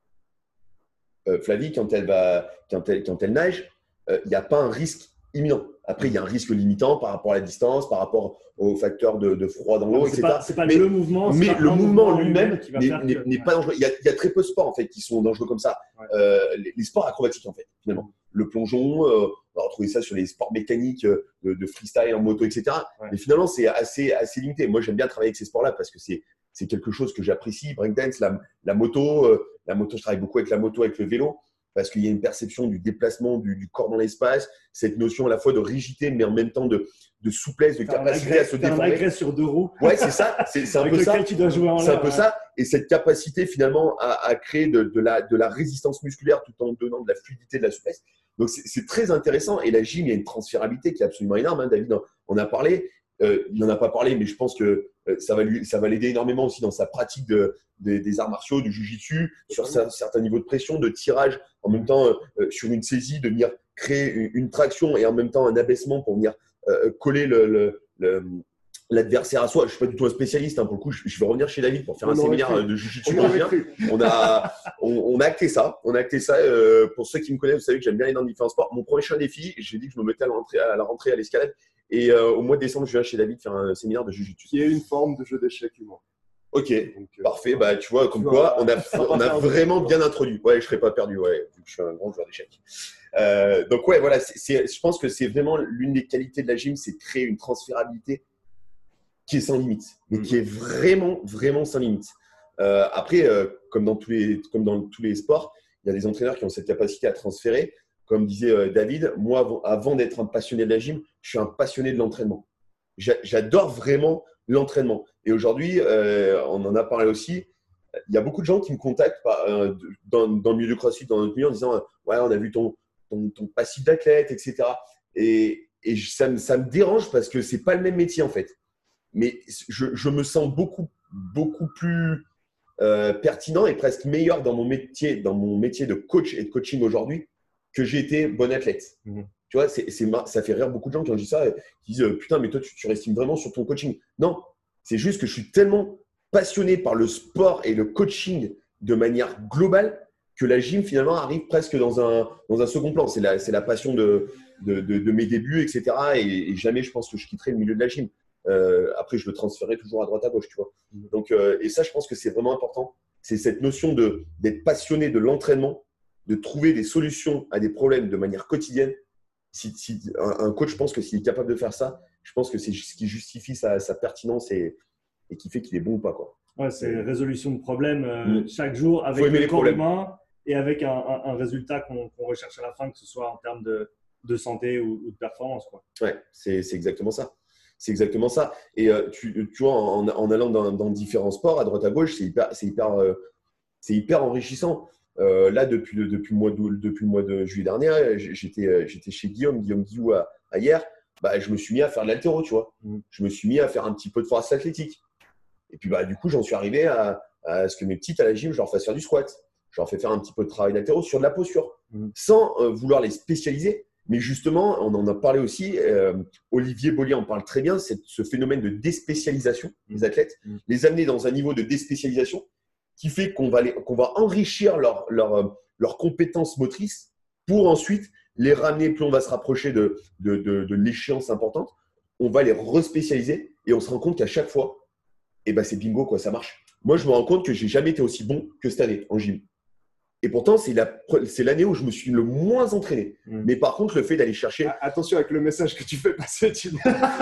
A: Euh, Flavie, quand elle, va, quand elle, quand elle nage, il euh, n'y a pas un risque imminent. Après, il y a un risque limitant par rapport à la distance, par rapport aux facteurs de, de froid dans l'eau,
D: c'est
A: et cetera.
D: Pas, c'est pas
A: mais
D: le mouvement.
A: Mais
D: pas
A: le mouvement
D: mouvement
A: lui-même n'est, n'est,
D: que...
A: n'est pas dangereux. Il y, a, il y a très peu de sports en fait, qui sont dangereux comme ça. Ouais. Euh, les, les sports acrobatiques, en fait, finalement. Le plongeon, euh, on va retrouver ça sur les sports mécaniques euh, de, de freestyle en moto, et cetera. Ouais. Mais finalement, c'est assez, assez limité. Moi, j'aime bien travailler avec ces sports-là parce que c'est, c'est quelque chose que j'apprécie. Breakdance, la, la moto, euh, la moto, je travaille beaucoup avec la moto, avec le vélo. Parce qu'il y a une perception du déplacement du, du corps dans l'espace, cette notion à la fois de rigidité, mais en même temps de, de souplesse, de capacité
D: agrès,
A: à se déformer.
D: Un agrès sur deux roues.
A: Ouais, c'est ça. C'est, c'est un peu ça.
D: Tu dois jouer en
A: c'est
D: l'air,
A: un peu
D: ouais.
A: ça. Et cette capacité finalement à, à créer de, de, la, de la résistance musculaire tout en donnant de la fluidité, de la souplesse. Donc c'est, c'est très intéressant. Et la gym, il y a une transférabilité qui est absolument énorme. Hein. David en a parlé. Euh, il n'en a pas parlé, mais je pense que euh, ça, va lui, ça va l'aider énormément aussi dans sa pratique de, de, des arts martiaux, du jiu-jitsu, sur sa, certains niveaux de pression, de tirage, en même temps euh, sur une saisie, de venir créer une, une traction et en même temps un abaissement pour venir euh, coller le, le, le, l'adversaire à soi. Je ne suis pas du tout un spécialiste, hein, pour le coup, je, je vais revenir chez David pour faire on un séminaire fait. de jiu-jitsu. On, on, a, on, on a acté ça. On a acté ça. Euh, pour ceux qui me connaissent, vous savez que j'aime bien aller dans différents sports. Mon prochain défi, j'ai dit que je me mettais à la rentrée à, la rentrée à l'escalade. Et euh, au mois de décembre, je viens chez David faire un séminaire de jiu-jitsu.
B: Qui est une forme de jeu d'échecs humain.
A: Ok, donc, euh, parfait. Bah, tu vois, comme tu quoi, vois, on a, on a vraiment bien introduit. Ouais, je ne serais pas perdu, ouais, vu que je suis un grand joueur d'échecs. Euh, donc, ouais, voilà, c'est, c'est, je pense que c'est vraiment l'une des qualités de la gym, c'est de créer une transférabilité qui est sans limite, mais qui est vraiment, vraiment sans limite. Euh, après, euh, comme, dans tous les, comme dans tous les sports, il y a des entraîneurs qui ont cette capacité à transférer. Comme disait euh, David, moi, avant, avant d'être un passionné de la gym, je suis un passionné de l'entraînement. J'a, j'adore vraiment l'entraînement. Et aujourd'hui, euh, on en a parlé aussi, il y a beaucoup de gens qui me contactent par, euh, dans, dans le milieu du CrossFit, dans notre milieu, en disant euh, « Ouais, on a vu ton, ton, ton passif d'athlète, et cetera » Et, et ça, me, ça me dérange parce que ce n'est pas le même métier, en fait. Mais je, je me sens beaucoup, beaucoup plus euh, pertinent et presque meilleur dans mon métier, dans mon métier de coach et de coaching aujourd'hui que j'ai été bon athlète. Mmh. Tu vois, c'est, c'est, ça fait rire beaucoup de gens qui ont dit ça, qui disent « Putain, mais toi, tu, tu restimes vraiment sur ton coaching. » Non, c'est juste que je suis tellement passionné par le sport et le coaching de manière globale que la gym, finalement, arrive presque dans un, dans un second plan. C'est la, c'est la passion de, de, de, de mes débuts, et cetera. Et, et jamais, je pense que je quitterai le milieu de la gym. Euh, après, je le transférerai toujours à droite à gauche, tu vois. Donc, euh, et ça, je pense que c'est vraiment important. C'est cette notion de, d'être passionné de l'entraînement, de trouver des solutions à des problèmes de manière quotidienne. Si, si un, un coach, je pense que s'il est capable de faire ça, je pense que c'est ce qui justifie sa, sa pertinence et, et qui fait qu'il est bon ou pas, quoi.
D: Ouais, c'est résolution de problèmes euh, mmh. chaque jour avec le corps humain et avec un, un, un résultat qu'on, qu'on recherche à la fin, que ce soit en termes de, de santé ou, ou de performance, quoi.
A: Ouais, c'est, c'est exactement ça. C'est exactement ça. Et euh, tu, tu vois, en, en allant dans, dans différents sports, à droite à gauche, c'est hyper, c'est hyper, euh, c'est hyper enrichissant. Euh, là, depuis le, depuis, le mois de, depuis le mois de juillet dernier, j'étais, j'étais chez Guillaume, Guillaume Guillou à, à hier. Bah, je me suis mis à faire de l'haltéro, tu vois. Mmh. Je me suis mis à faire un petit peu de force athlétique. Et puis, bah, du coup, j'en suis arrivé à, à ce que mes petites à la gym, je leur fasse faire du squat. Je leur fais faire un petit peu de travail d'haltéro sur de la posture, mmh. sans euh, vouloir les spécialiser. Mais justement, on en a parlé aussi, euh, Olivier Bollier en parle très bien, c'est ce phénomène de déspécialisation des athlètes, mmh. les amener dans un niveau de déspécialisation qui fait qu'on va, les, qu'on va enrichir leurs leur, leur compétences motrices pour ensuite les ramener, plus on va se rapprocher de, de, de, de l'échéance importante, on va les respécialiser et on se rend compte qu'à chaque fois, eh ben c'est bingo, quoi, ça marche. Moi, je me rends compte que je n'ai jamais été aussi bon que cette année en gym. Et pourtant, c'est, la, c'est l'année où je me suis le moins entraîné. Mmh. Mais par contre, le fait d'aller chercher…
B: Attention avec le message que tu fais passer, Thibaut.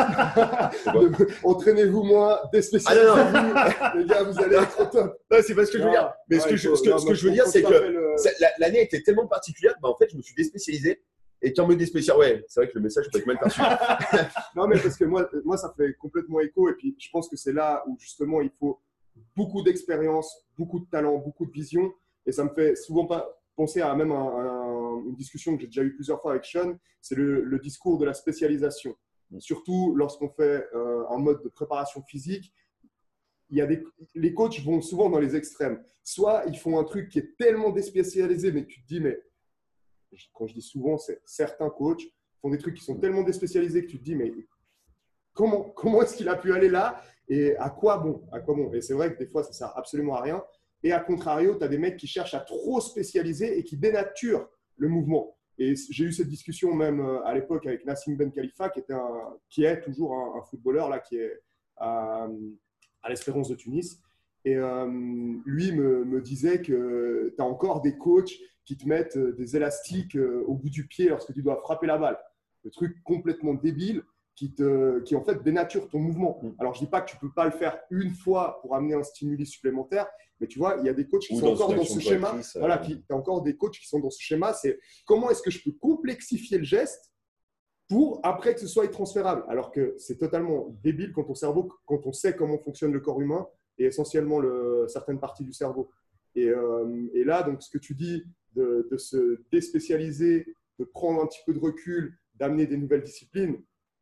B: Entraînez-vous moins, déspécialisez-vous. Ah, les gars, vous allez être au top.
A: Non, c'est pas ce que je veux dire. Mais non, ce que, je, faut, ce que, non, ce que je veux dire, c'est que le... l'année était tellement particulière, bah, en fait, je me suis déspécialisé. Et quand me déspécialisé, ouais, c'est vrai que le message peut être mal perçu.
B: Non, mais parce que moi, moi, ça fait complètement écho. Et puis, je pense que c'est là où justement, il faut beaucoup d'expérience, beaucoup de talent, beaucoup de vision. Et ça me fait souvent pas penser à même un, un, une discussion que j'ai déjà eue plusieurs fois avec Sean, c'est le, le discours de la spécialisation. Surtout lorsqu'on fait euh, un mode de préparation physique, il y a des, les coachs vont souvent dans les extrêmes. Soit ils font un truc qui est tellement déspécialisé, mais tu te dis, mais quand je dis souvent, c'est certains coachs font des trucs qui sont tellement déspécialisés que tu te dis, mais comment, comment est-ce qu'il a pu aller là et à quoi bon, à quoi bon. Et c'est vrai que des fois, ça ne sert absolument à rien. Et à contrario, tu as des mecs qui cherchent à trop spécialiser et qui dénaturent le mouvement. Et j'ai eu cette discussion même à l'époque avec Nassim Ben Khalifa, qui, était un, qui est toujours un, un footballeur là, qui est à, à l'Espérance de Tunis. Et euh, lui me, me disait que tu as encore des coachs qui te mettent des élastiques au bout du pied lorsque tu dois frapper la balle. Le truc complètement débile qui, te, qui en fait dénature ton mouvement. Alors, je ne dis pas que tu ne peux pas le faire une fois pour amener un stimuli supplémentaire, mais tu vois, il y a des coachs qui Ou sont dans encore dans ce schéma. Euh... Voilà, tu as encore des coachs qui sont dans ce schéma. C'est comment est-ce que je peux complexifier le geste pour après que ce soit transférable. Alors que c'est totalement débile quand ton cerveau, quand on sait comment fonctionne le corps humain et essentiellement le, certaines parties du cerveau. Et, euh, et là, donc, ce que tu dis de, de se déspécialiser, de prendre un petit peu de recul, d'amener des nouvelles disciplines,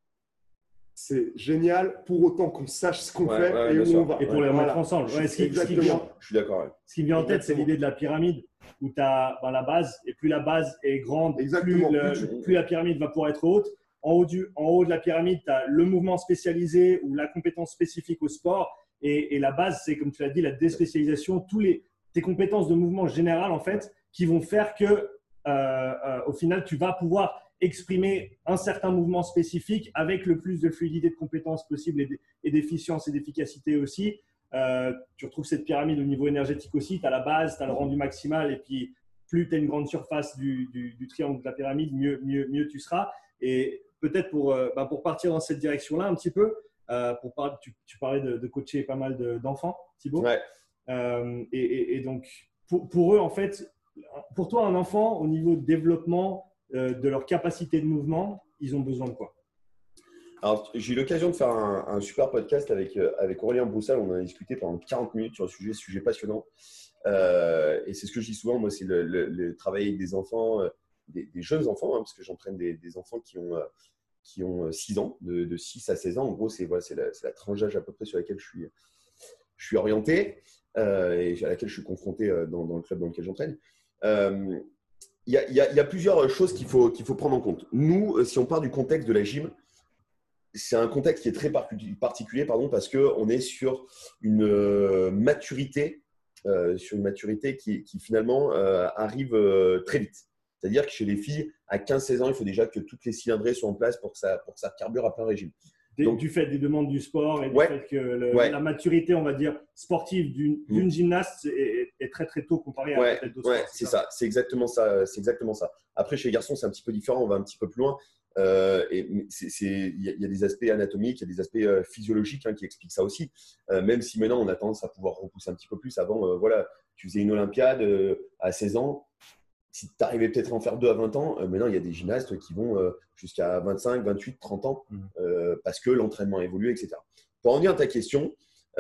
B: c'est génial pour autant qu'on sache ce qu'on ouais, fait ouais, et où sûr. on va.
D: Et pour ouais, les remettre voilà. ensemble. Ouais, ce, qui, ce, qui vient,
A: je suis d'accord. Ouais.
D: Ce qui me vient en tête, c'est l'idée de la pyramide où tu as ben, la base et plus la base est grande, plus, le, plus la pyramide va pouvoir être haute. En haut, du, en haut de la pyramide, tu as le mouvement spécialisé ou la compétence spécifique au sport. Et, et la base, c'est comme tu l'as dit, la déspécialisation, tous les, tes compétences de mouvement général en fait, qui vont faire que euh, euh, au final, tu vas pouvoir exprimer un certain mouvement spécifique avec le plus de fluidité de compétences possible et d'efficience et d'efficacité aussi. Euh, tu retrouves cette pyramide au niveau énergétique aussi. Tu as la base, tu as le rendu maximal et puis plus tu as une grande surface du, du, du triangle de la pyramide, mieux, mieux, mieux tu seras. Et peut-être pour, euh, bah pour partir dans cette direction-là un petit peu, euh, pour parler, tu, tu parlais de, de coacher pas mal d'enfants, Thibaut.
A: Ouais.
D: Euh, et, et, et donc, pour, pour eux, en fait, pour toi, un enfant, au niveau de développement, de leur capacité de mouvement, ils ont besoin de quoi?
A: Alors, j'ai eu l'occasion de faire un, un super podcast avec, avec Aurélien Broussal. On a discuté pendant quarante minutes sur le sujet, sujet passionnant. Euh, et c'est ce que je dis souvent, moi, c'est le, le, le travail avec des enfants, des, des jeunes enfants, hein, parce que j'entraîne des, des enfants qui ont, qui ont six ans, de, de six à seize ans. En gros, c'est voilà, la, la tranche d'âge à peu près sur laquelle je suis, je suis orienté euh, et à laquelle je suis confronté dans, dans le club dans lequel j'entraîne. Euh, Il y, a, il, y a, il y a plusieurs choses qu'il faut, qu'il faut prendre en compte. Nous, si on part du contexte de la gym, c'est un contexte qui est très particulier pardon, parce qu'on est sur une maturité, euh, sur une maturité qui, qui finalement euh, arrive euh, très vite. C'est-à-dire que chez les filles, à quinze seize ans, il faut déjà que toutes les cylindrées soient en place pour que ça, pour que ça carbure à plein régime.
D: Donc, du fait des demandes du sport et du
A: ouais,
D: fait que le,
A: ouais.
D: la maturité, on va dire, sportive d'une mmh. gymnaste est, est très très tôt comparée
A: ouais,
D: à d'autres
A: ouais,
D: sports.
A: C'est ça, ça. c'est exactement ça, c'est exactement ça. Après, chez les garçons, c'est un petit peu différent, on va un petit peu plus loin. Euh, et il y, y a des aspects anatomiques, il y a des aspects euh, physiologiques hein, qui expliquent ça aussi. Euh, même si maintenant, on a tendance à pouvoir repousser un petit peu plus. Avant, euh, voilà, tu faisais une Olympiade euh, à seize ans. Si tu arrivais peut-être à en faire deux à vingt ans, euh, maintenant il y a des gymnastes qui vont euh, jusqu'à vingt-cinq, vingt-huit, trente ans euh, parce que l'entraînement a évolué, et cetera. Pour en venir à ta question,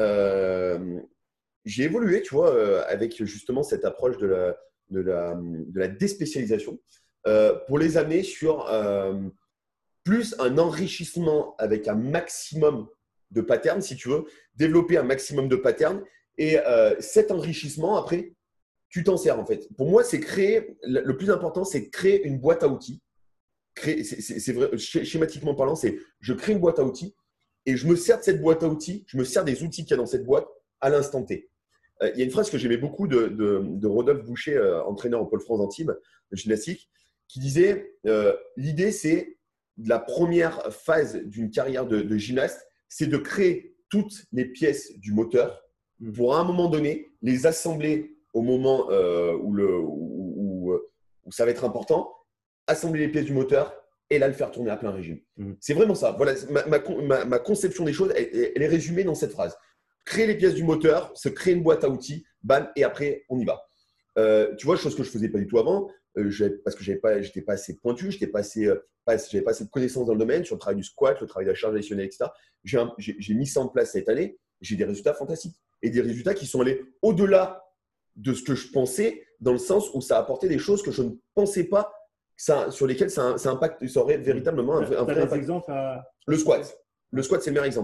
A: euh, j'ai évolué, tu vois, euh, avec justement cette approche de la, de la, de la déspécialisation euh, pour les amener sur euh, plus un enrichissement avec un maximum de patterns, si tu veux, développer un maximum de patterns et euh, cet enrichissement après. Tu t'en sers en fait. Pour moi, c'est créer, le plus important, c'est créer une boîte à outils. Créer, c'est, c'est, c'est vrai, schématiquement parlant, c'est je crée une boîte à outils et je me sers de cette boîte à outils, je me sers des outils qu'il y a dans cette boîte à l'instant T. Euh, il y a une phrase que j'aimais beaucoup de, de, de Rodolphe Boucher, euh, entraîneur au Pôle France Antibes de gymnastique, qui disait euh, l'idée, c'est de la première phase d'une carrière de, de gymnaste, c'est de créer toutes les pièces du moteur pour à un moment donné les assembler au moment euh, où, le, où, où, où ça va être important, assembler les pièces du moteur et là le faire tourner à plein régime. Mmh. C'est vraiment ça. Voilà, ma, ma, ma conception des choses, elle, elle est résumée dans cette phrase. Créer les pièces du moteur, se créer une boîte à outils, bam, et après on y va. Euh, tu vois, chose que je ne faisais pas du tout avant, euh, parce que je n'étais pas assez pointu, je n'avais pas, euh, pas, pas assez de connaissances dans le domaine, sur le travail du squat, le travail de la charge additionnelle, et cetera. J'ai, un, j'ai, j'ai mis ça en place cette année, j'ai des résultats fantastiques et des résultats qui sont allés au-delà de ce que je pensais, dans le sens où ça a apporté des choses que je ne pensais pas, ça, sur lesquelles ça, ça, impact, ça aurait véritablement un, un vrai impact.
D: Exemple à...
A: Le squat. Le squat, c'est le meilleur exemple.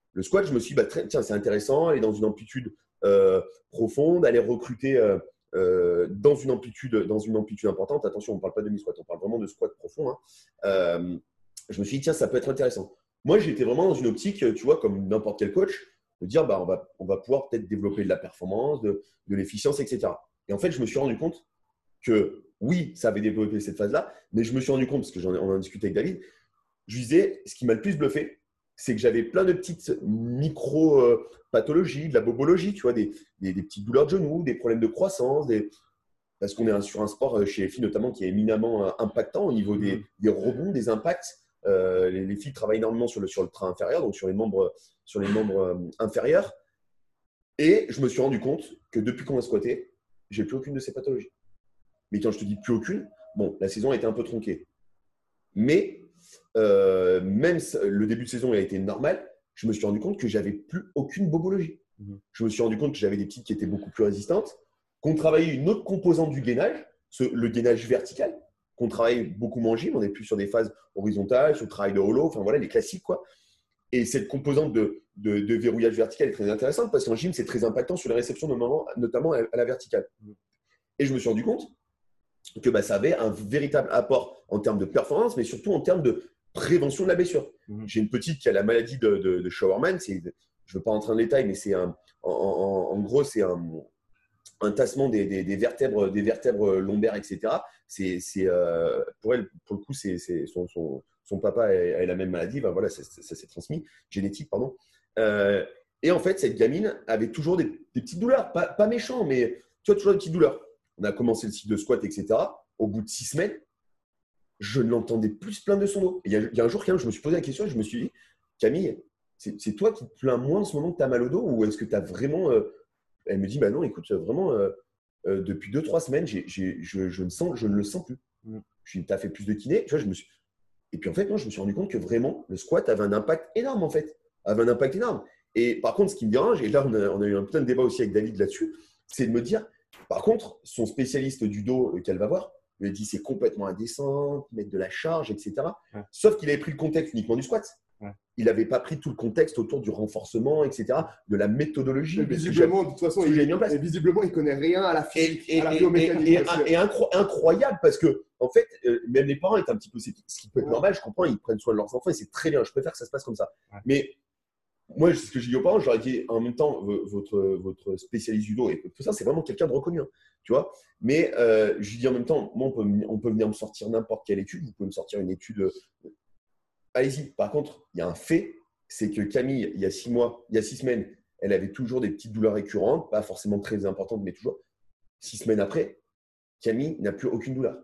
A: Le squat, je me suis dit, bah, très, tiens, c'est intéressant, aller dans une amplitude euh, profonde, aller recruter euh, euh, dans, une amplitude, dans une amplitude importante. Attention, on ne parle pas de mi-squat, on parle vraiment de squat profond. Hein. Euh, je me suis dit, tiens, ça peut être intéressant. Moi, j'étais vraiment dans une optique, tu vois, comme n'importe quel coach, de dire, bah, on, va, on va pouvoir peut-être développer de la performance, de, de l'efficience, et cetera. Et en fait, je me suis rendu compte que oui, ça avait développé cette phase-là, mais je me suis rendu compte, parce que j'en ai, on en a discuté avec David, je lui disais, ce qui m'a le plus bluffé, c'est que j'avais plein de petites micro-pathologies, de la bobologie, tu vois, des, des, des petites douleurs de genoux, des problèmes de croissance, des... parce qu'on est sur un sport chez les filles notamment qui est éminemment impactant au niveau des, des rebonds, des impacts. Euh, les, les filles travaillent énormément sur le, sur le train inférieur, donc sur les membres, sur les membres euh, inférieurs. Et je me suis rendu compte que depuis qu'on a squatté, j'ai plus aucune de ces pathologies. Mais quand je te dis plus aucune, bon, la saison a été un peu tronquée. Mais euh, même le début de saison a été normal, je me suis rendu compte que j'avais plus aucune bobologie. Mmh. Je me suis rendu compte que j'avais des petites qui étaient beaucoup plus résistantes, qu'on travaillait une autre composante du gainage, ce, le gainage vertical, qu'on travaille beaucoup moins en gym, on est plus sur des phases horizontales, sur le travail de holo, enfin voilà, les classiques quoi. Et cette composante de, de, de verrouillage vertical est très intéressante parce qu'en gym, c'est très impactant sur les réceptions, notamment, notamment à la verticale. Et je me suis rendu compte que bah, ça avait un véritable apport en termes de performance, mais surtout en termes de prévention de la blessure. Mmh. J'ai une petite qui a la maladie de, de, de Schauerman, je ne veux pas rentrer en détail, mais c'est un, en, en, en gros, c'est un, un tassement des, des, des, vertèbres, des vertèbres lombaires, et cetera. C'est, c'est, euh, pour elle, pour le coup, c'est, c'est son, son, son papa a la même maladie, ben voilà, ça, ça, ça s'est transmis, génétique, pardon. Euh, et en fait, cette gamine avait toujours des, des petites douleurs, pas, pas méchant, mais tu vois, toujours des petites douleurs. On a commencé le cycle de squat, et cetera. Au bout de six semaines, je ne l'entendais plus se plaindre de son dos. Il y, a, il y a un jour, quand même, je me suis posé la question et je me suis dit, Camille, c'est, c'est toi qui te plains moins en ce moment que tu as mal au dos ou est-ce que tu as vraiment… Euh... Elle me dit, bah non, écoute, vraiment, euh, euh, depuis deux, trois semaines, j'ai, j'ai, je, je, ne sens, je ne le sens plus. Mm. Je tu as fait plus de kiné. Tu vois, je me suis… Et puis en fait, moi, je me suis rendu compte que vraiment, le squat avait un impact énorme en fait. Avait un impact énorme. Et par contre, ce qui me dérange, et là, on a, on a eu un putain de débat aussi avec David là-dessus, c'est de me dire, par contre, son spécialiste du dos qu'elle va voir, lui a dit c'est complètement indécent, mettre de la charge, et cetera. Ouais. Sauf qu'il avait pris le contexte uniquement du squat. Ouais. Il n'avait pas pris tout le contexte autour du renforcement, et cetera, de la méthodologie.
B: Et visiblement, de toute façon, il, mis en place. Et visiblement, il ne connaît rien à la physique,
A: et, et,
B: à la biomécanique.
A: Et, et, et, et incro- incroyable parce que, en fait, euh, même les parents étaient un petit peu sceptiques, ce qui peut être ouais. normal, je comprends, ils prennent soin de leurs enfants et c'est très bien. Je préfère que ça se passe comme ça. Ouais. Mais moi, ce que j'ai dit aux parents, je leur ai dit en même temps, votre, votre spécialiste du dos, et tout ça, c'est vraiment quelqu'un de reconnu, hein, tu vois. Mais euh, je lui dis en même temps, moi, on peut, on peut venir me sortir n'importe quelle étude, vous pouvez me sortir une étude. Euh, allez-y. Par contre, il y a un fait, c'est que Camille, il y a six mois, il y a six semaines, elle avait toujours des petites douleurs récurrentes, pas forcément très importantes, mais toujours. Six semaines après, Camille n'a plus aucune douleur.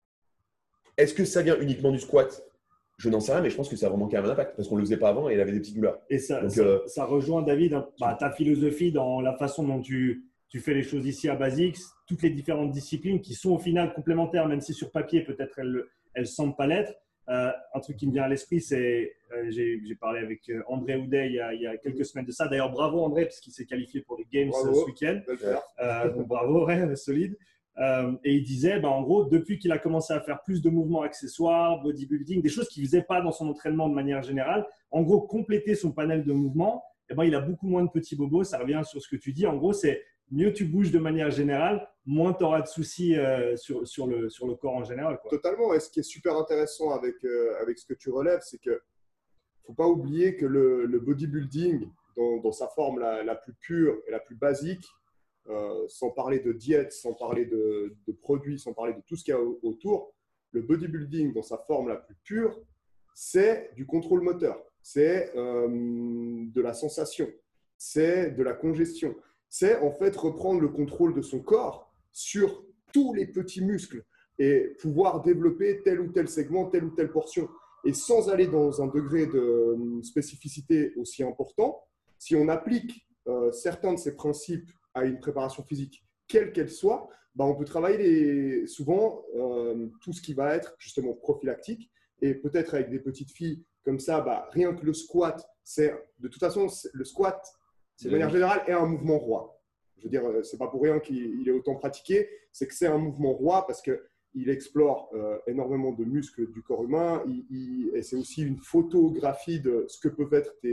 A: Est-ce que ça vient uniquement du squat ? Je n'en sais rien, mais je pense que ça a vraiment quand même un impact parce qu'on ne le faisait pas avant et elle avait des petites douleurs.
D: Et ça,
A: Donc,
D: ça,
A: euh,
D: ça rejoint, David, hein, bah, ta philosophie dans la façon dont tu, tu fais les choses ici à Basics, toutes les différentes disciplines qui sont au final complémentaires, même si sur papier, peut-être elles ne semblent pas l'être. Euh, un truc qui me vient à l'esprit, c'est euh, j'ai, j'ai parlé avec euh, André Houdet il y, a, il y a quelques semaines de ça. D'ailleurs, bravo André, parce qu'il s'est qualifié pour les Games
B: bravo,
D: ce week-end. Euh, donc, bravo, ouais, solide. Euh, et il disait, bah, en gros, depuis qu'il a commencé à faire plus de mouvements accessoires, bodybuilding, des choses qu'il ne faisait pas dans son entraînement de manière générale, en gros, compléter son panel de mouvements, eh ben, il a beaucoup moins de petits bobos. Ça revient sur ce que tu dis. En gros, c'est mieux tu bouges de manière générale, moins tu auras de soucis euh, sur, sur, le, sur le corps en général, quoi.
B: Totalement. Et ce qui est super intéressant avec, euh, avec ce que tu relèves, c'est qu'il ne faut pas oublier que le, le bodybuilding, dans, dans sa forme la, la plus pure et la plus basique, Euh, sans parler de diète, sans parler de, de produits, sans parler de tout ce qu'il y a autour, le bodybuilding dans sa forme la plus pure, c'est du contrôle moteur, c'est euh, de la sensation, c'est de la congestion, c'est en fait reprendre le contrôle de son corps sur tous les petits muscles et pouvoir développer tel ou tel segment, telle ou telle portion. Et sans aller dans un degré de spécificité aussi important, si on applique euh, certains de ces principes à une préparation physique, quelle qu'elle soit, bah, on peut travailler les, souvent euh, tout ce qui va être justement prophylactique. Et peut-être avec des petites filles comme ça, bah, rien que le squat, c'est, de toute façon, le squat, c'est, de manière générale, est un mouvement roi. Je veux dire, ce n'est pas pour rien qu'il est autant pratiqué, c'est que c'est un mouvement roi parce qu'il explore euh, énormément de muscles du corps humain il, il, et c'est aussi une photographie de ce que peuvent être tes,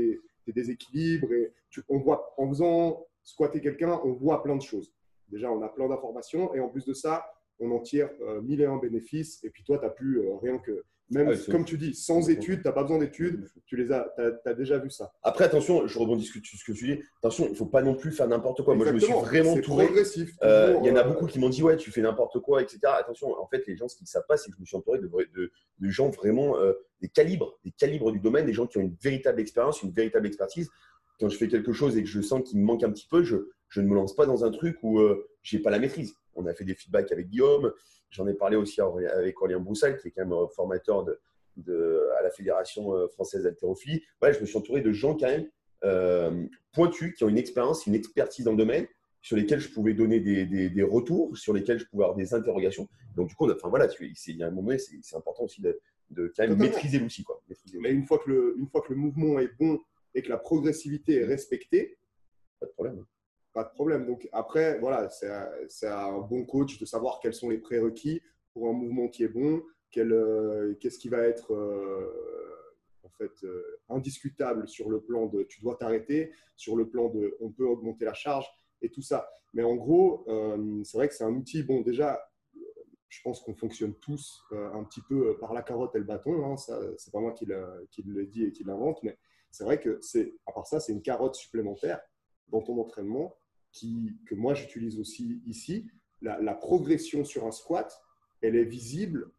B: tes déséquilibres. Et tu, on voit, en faisant squatter quelqu'un, on voit plein de choses. Déjà, on a plein d'informations et en plus de ça, on en tire euh, mille et un bénéfices. Et puis toi, tu n'as pu euh, rien que… Même, ah, comme tu dis, sans études, tu n'as pas besoin d'études, tu les as, tu as déjà vu ça.
A: Après, attention, je rebondis sur ce que tu dis. Attention, il ne faut pas non plus faire n'importe quoi. Exactement. Moi, je me suis vraiment entouré.
B: C'est progressif. Il
A: euh, y en a beaucoup qui m'ont dit, ouais, tu fais n'importe quoi, et cetera. Attention, en fait, les gens, ce qu'ils ne savent pas, c'est que je me suis entouré de, de, de gens vraiment, euh, des calibres, des calibres du domaine, des gens qui ont une véritable expérience, une véritable expertise. Quand je fais quelque chose et que je sens qu'il me manque un petit peu, je, je ne me lance pas dans un truc où euh, je n'ai pas la maîtrise. On a fait des feedbacks avec Guillaume. J'en ai parlé aussi avec Aurélien Broussal, qui est quand même formateur de De, à la Fédération française d'haltérophilie. Ouais, je me suis entouré de gens quand même euh, pointus, qui ont une expérience, une expertise dans le domaine, sur lesquels je pouvais donner des, des, des retours, sur lesquels je pouvais avoir des interrogations. Donc, du coup, on a, enfin, voilà, tu, il y a un moment donné, c'est important aussi de, de quand même Totalement. maîtriser l'outil.
B: Mais une fois, que le, une fois que le mouvement est bon et que la progressivité est respectée,
A: pas de problème.
B: Pas de problème. Donc, après, voilà, c'est à un bon coach de savoir quels sont les prérequis pour un mouvement qui est bon. Quel, euh, qu'est-ce qui va être euh, en fait, euh, indiscutable sur le plan de tu dois t'arrêter, sur le plan de on peut augmenter la charge et tout ça. Mais en gros, euh, c'est vrai que c'est un outil, bon déjà, je pense qu'on fonctionne tous euh, un petit peu par la carotte et le bâton, hein, ça, c'est pas moi qui, qui le dit et qui l'invente, mais c'est vrai que c'est, à part ça, c'est une carotte supplémentaire dans ton entraînement qui, que moi j'utilise aussi ici. La, la progression sur un squat, elle est visible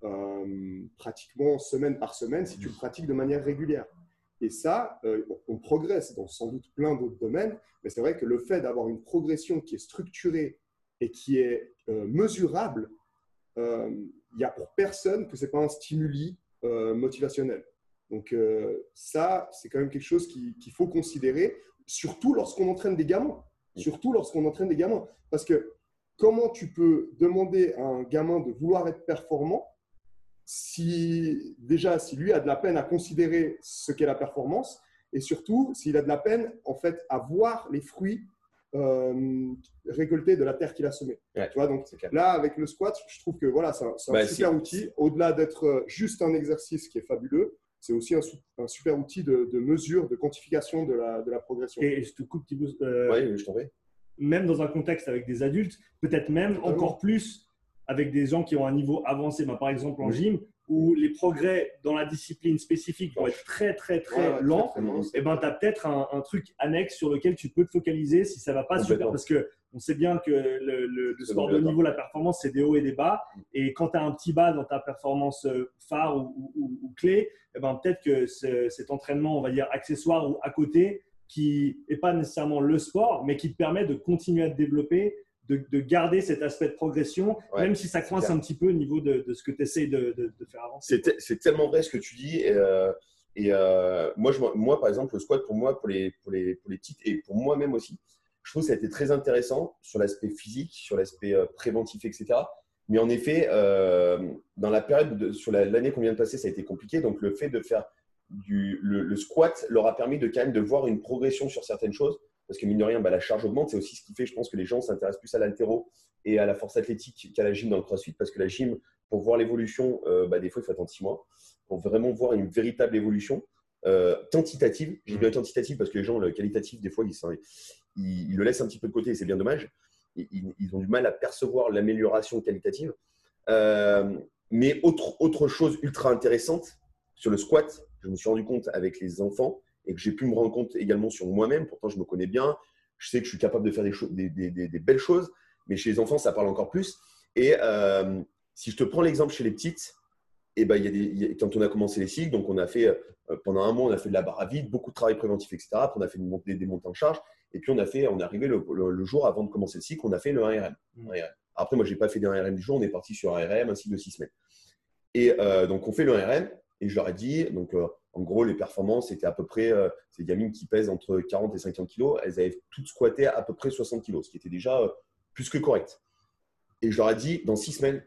B: Euh, pratiquement semaine par semaine si tu le pratiques de manière régulière. Et ça, euh, on progresse dans sans doute plein d'autres domaines, mais c'est vrai que le fait d'avoir une progression qui est structurée et qui est euh, mesurable, il euh, n'y a pour personne que ce n'est pas un stimuli euh, motivationnel. Donc euh, ça, c'est quand même quelque chose qu'il qu'il faut considérer, surtout lorsqu'on entraîne des gamins. Surtout lorsqu'on entraîne des gamins. Parce que comment tu peux demander à un gamin de vouloir être performant si déjà, si lui a de la peine à considérer ce qu'est la performance et surtout, s'il a de la peine en fait, à voir les fruits euh, récoltés de la terre qu'il a semée.
A: Ouais,
B: tu vois, donc là, avec le squat, je trouve que voilà, c'est un, un bah, super outil. Au-delà d'être juste un exercice qui est fabuleux, c'est aussi un, un super outil de, de mesure, de quantification de la, de la progression.
D: Et je te coupe, Thibaut. Euh,
A: oui, je t'en prie.
D: Même dans un contexte avec des adultes, peut-être même Totalement. Encore plus avec des gens qui ont un niveau avancé, ben, par exemple en gym, où les progrès dans la discipline spécifique vont être très, très, très ouais, lents, et ben, tu as peut-être un, un truc annexe sur lequel tu peux te focaliser si ça ne va pas super. Parce qu'on sait bien que le, le, le sport de haut niveau, la performance, c'est des hauts et des bas. Et quand tu as un petit bas dans ta performance phare ou, ou, ou clé, et ben, peut-être que ce, cet entraînement, on va dire accessoire ou à côté, qui n'est pas nécessairement le sport, mais qui te permet de continuer à te développer, De, de garder cet aspect de progression, ouais, même si ça coince un petit peu au niveau de, de ce que tu essaies de, de, de faire avancer.
A: C'est, c'est tellement vrai ce que tu dis. Et, euh, et euh, moi, je, moi, par exemple, le squat, pour moi, pour les, pour les, pour les petites et pour moi-même aussi, je trouve que ça a été très intéressant sur l'aspect physique, sur l'aspect euh, préventif, et cetera. Mais en effet, euh, dans la période, de, sur la, l'année qu'on vient de passer, ça a été compliqué. Donc, le fait de faire du, le, le squat leur a permis de quand même de voir une progression sur certaines choses. Parce que mine de rien, bah, la charge augmente. C'est aussi ce qui fait, je pense, que les gens s'intéressent plus à l'haltéro et à la force athlétique qu'à la gym dans le crossfit. Parce que la gym, pour voir l'évolution, euh, bah, des fois, il faut attendre six mois pour vraiment voir une véritable évolution euh, quantitative. J'ai bien quantitative parce que les gens, le qualitatif, des fois, ils, ils, ils le laissent un petit peu de côté et c'est bien dommage. Ils, ils ont du mal à percevoir l'amélioration qualitative. Euh, mais autre, autre chose ultra intéressante sur le squat, je me suis rendu compte avec les enfants, et que j'ai pu me rendre compte également sur moi-même. Pourtant, je me connais bien. Je sais que je suis capable de faire des, cho- des, des, des, des belles choses, mais chez les enfants, ça parle encore plus. Et euh, si je te prends l'exemple chez les petites, et ben, il y a des, il y a, quand on a commencé les cycles, donc on a fait, euh, pendant un mois, on a fait de la barre à vide, beaucoup de travail préventif, et cetera. Après, on a fait une, des, des montées en charge. Et puis, on, a fait, on est arrivé le, le, le jour avant de commencer le cycle, on a fait le un R M. Mmh. un R M. Après, moi, je n'ai pas fait des un R M du jour. On est parti sur un R M, un cycle de six semaines. Et euh, donc, on fait le un R M. Et je leur ai dit, donc, euh, en gros, les performances étaient à peu près, euh, ces gamines qui pèsent entre quarante et cinquante kilos, elles avaient toutes squatté à peu près soixante kilos, ce qui était déjà euh, plus que correct. Et je leur ai dit, dans six semaines,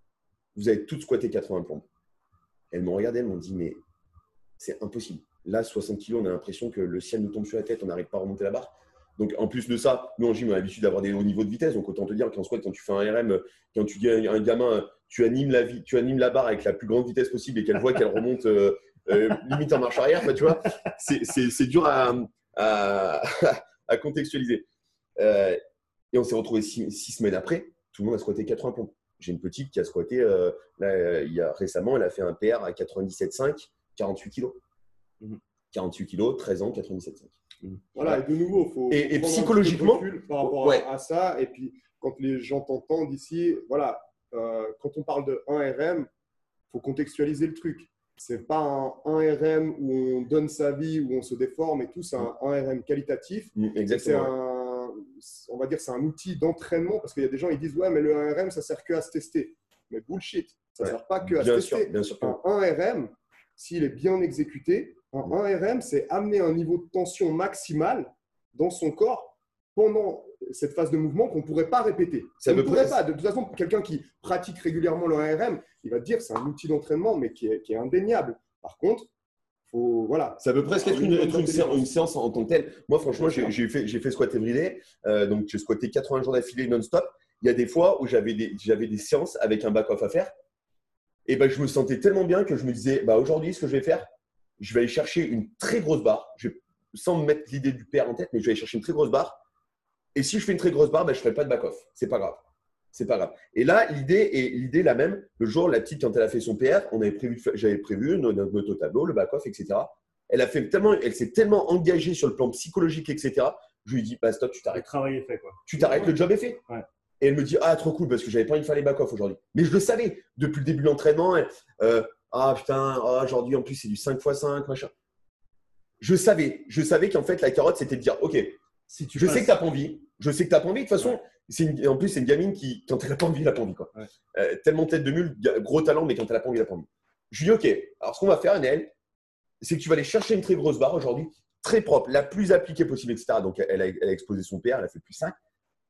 A: vous avez toutes squatté quatre-vingts plombes. Elles m'ont regardé, elles m'ont dit, mais c'est impossible. Là, soixante kilos, on a l'impression que le ciel nous tombe sur la tête, on n'arrive pas à remonter la barre. Donc, en plus de ça, nous en gym, on a l'habitude d'avoir des hauts niveaux de vitesse. Donc, autant te dire qu'en squat, quand tu fais un R M, quand tu dis à un gamin, tu animes la, vie, tu animes la barre avec la plus grande vitesse possible et qu'elle voit qu'elle remonte euh, euh, limite en marche arrière. Tu vois, c'est, c'est, c'est dur à, à, à contextualiser. Euh, et on s'est retrouvés six, six semaines après. Tout le monde a squatté quatre-vingts pompes. J'ai une petite qui a squatté euh, là, il y a, récemment, elle a fait un P R à quatre-vingt-dix-sept virgule cinq, quarante-huit kilos. Mmh. quarante-huit kilos, treize ans, quatre-vingt-dix-sept virgule cinq. Mmh.
B: Voilà, et de nouveau, il faut,
A: et, et
B: prendre
A: psychologiquement,
B: un petit peu de recul par rapport
A: ouais.
B: à, à ça. Et puis, quand les gens t'entendent ici, voilà, euh, quand on parle de un R M, il faut contextualiser le truc. Ce n'est pas un un R M où on donne sa vie, où on se déforme et tout, c'est un un R M qualitatif.
A: Mmh, exactement.
B: C'est un, on va dire, c'est un outil d'entraînement parce qu'il y a des gens qui disent ouais, mais le un R M, ça sert que à se tester. Mais bullshit, ça ne ouais. sert pas que à
A: bien
B: se
A: sûr,
B: tester.
A: Bien sûr.
B: Un un R M, s'il est bien exécuté, un un R M, c'est amener un niveau de tension maximal dans son corps pendant cette phase de mouvement qu'on ne pourrait pas répéter. Ça ne pourrait pas. De toute façon, quelqu'un qui pratique régulièrement le un R M, il va te dire que c'est un outil d'entraînement, mais qui est, qui est indéniable. Par contre, faut, voilà.
A: Ça peut presque être une, être une, séance, une séance en tant que telle. Moi, franchement, j'ai, j'ai, fait, j'ai fait squat everyday. Euh, donc, j'ai squatté quatre-vingts jours d'affilée non-stop. Il y a des fois où j'avais des, j'avais des séances avec un back-off à faire. Et ben, je me sentais tellement bien que je me disais, bah, aujourd'hui, ce que je vais faire, je vais aller chercher une très grosse barre. Je, sans me mettre l'idée du P R en tête, mais je vais aller chercher une très grosse barre. Et si je fais une très grosse barre, ben, je ne ferai pas de back-off. C'est pas grave. C'est pas grave. Et là, l'idée est l'idée la même. Le jour, la petite, quand elle a fait son P R, on avait prévu, j'avais prévu notre, notre tableau, le back-off, et cetera. Elle a fait tellement, elle s'est tellement engagée sur le plan psychologique, et cetera. Je lui ai dit, bah, stop, tu t'arrêtes.
D: Le travail est fait, quoi.
A: Tu t'arrêtes, ouais. Le job est fait.
D: Ouais.
A: Et elle me dit, ah, trop cool, parce que j'avais pas envie de faire les back-off aujourd'hui. Mais je le savais depuis le début de l'entraînement. Euh, ah putain, oh, aujourd'hui en plus c'est du cinq fois cinq, machin. Je savais, je savais qu'en fait la carotte c'était de dire, ok, si tu je passes... sais que tu n'as pas envie, je sais que tu n'as pas envie. De toute façon, ouais. c'est une, en plus c'est une gamine qui, quand elle n'a pas envie, elle n'a pas envie. Quoi. Ouais. Euh, tellement tête de mule, gros talent, mais quand elle n'a pas envie, elle n'a pas envie. Je lui dis, ok, alors ce qu'on va faire, Annelle, c'est que tu vas aller chercher une très grosse barre aujourd'hui, très propre, la plus appliquée possible, et cetera. Donc elle a, elle a explosé son P R, elle a fait plus cinq.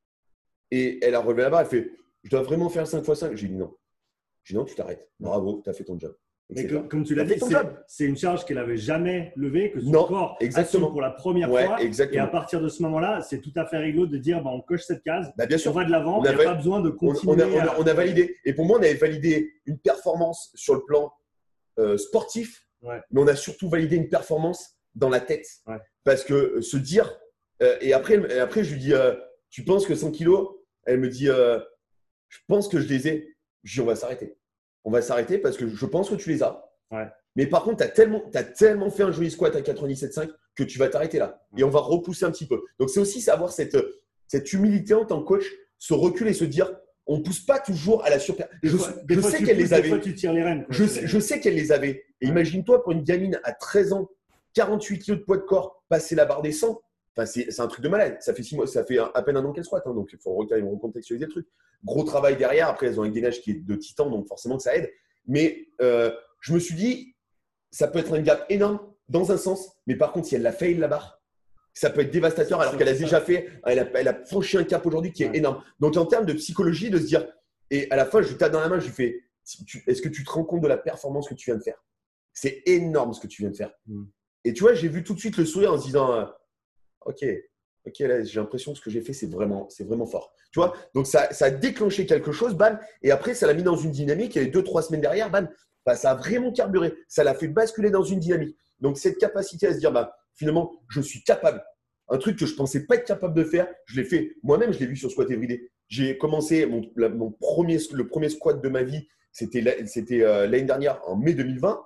A: Et elle a relevé la barre, elle fait, je dois vraiment faire cinq fois cinq. J'ai dit non. J'ai dit non, tu t'arrêtes. Bravo, tu as fait ton job.
D: Mais comme, comme tu l'as dit, c'est, c'est une charge qu'elle n'avait jamais levée, que son
A: non,
D: corps
A: exactement.
D: assume pour la première
A: ouais,
D: fois.
A: Exactement.
D: Et à partir de ce moment-là, c'est tout à fait rigolo de dire bah, on coche cette case,
A: bah, bien sûr.
D: on va de l'avant, il n'y a pas besoin de continuer.
A: On a, on, a, on a validé. Et pour moi, on avait validé une performance sur le plan euh, sportif,
D: ouais.
A: mais on a surtout validé une performance dans la tête.
D: Ouais.
A: Parce que euh, se dire, euh, et, après, et après, je lui dis, euh, tu penses que cent kilos? Elle me dit, euh, je pense que je les ai. Je dis, on va s'arrêter. On va s'arrêter parce que je pense que tu les as.
D: Ouais.
A: Mais par contre, tu as tellement, t'as tellement fait un joli squat à quatre-vingt-dix-sept virgule cinq que tu vas t'arrêter là. Ouais. Et on va repousser un petit peu. Donc, c'est aussi savoir cette, cette humilité en tant que coach, se reculer et se dire, on ne pousse pas toujours à la surper. Je,
D: fois,
A: je sais qu'elle les avait.
D: Des fois, tu tires les rênes. Quoi,
A: je, sais, je sais qu'elle les avait. Et ouais. Imagine-toi, pour une gamine à treize ans, quarante-huit kilos de poids de corps, passer la barre des cent. Enfin, c'est, c'est un truc de malade. Ça fait six mois, ça fait à peine un an qu'elle squatte. Hein, donc, il faut recontextualiser le truc. Gros travail derrière. Après, elles ont un gainage qui est de titan, donc forcément que ça aide. Mais euh, je me suis dit, ça peut être un gap énorme dans un sens. Mais par contre, si elle la fail la barre, ça peut être dévastateur alors qu'elle a déjà fait, elle a, elle a franchi un cap aujourd'hui qui est ouais. énorme. Donc, en termes de psychologie, de se dire, et à la fin, je lui tape dans la main, je lui fais, est-ce que tu te rends compte de la performance que tu viens de faire? C'est énorme ce que tu viens de faire. Mm. Et tu vois, j'ai vu tout de suite le sourire en se disant, euh, ok, ok, là, j'ai l'impression que ce que j'ai fait, c'est vraiment, c'est vraiment fort. Tu vois, donc ça, ça a déclenché quelque chose, bam, et après, ça l'a mis dans une dynamique, et les deux, trois semaines derrière, bam, bah, ça a vraiment carburé. Ça l'a fait basculer dans une dynamique. Donc, cette capacité à se dire, bah, finalement, je suis capable. Un truc que je ne pensais pas être capable de faire, je l'ai fait. Moi-même, je l'ai vu sur Squat Everyday. J'ai commencé mon, la, mon premier, le premier squat de ma vie, c'était, c'était euh, l'année dernière, en mai deux mille vingt.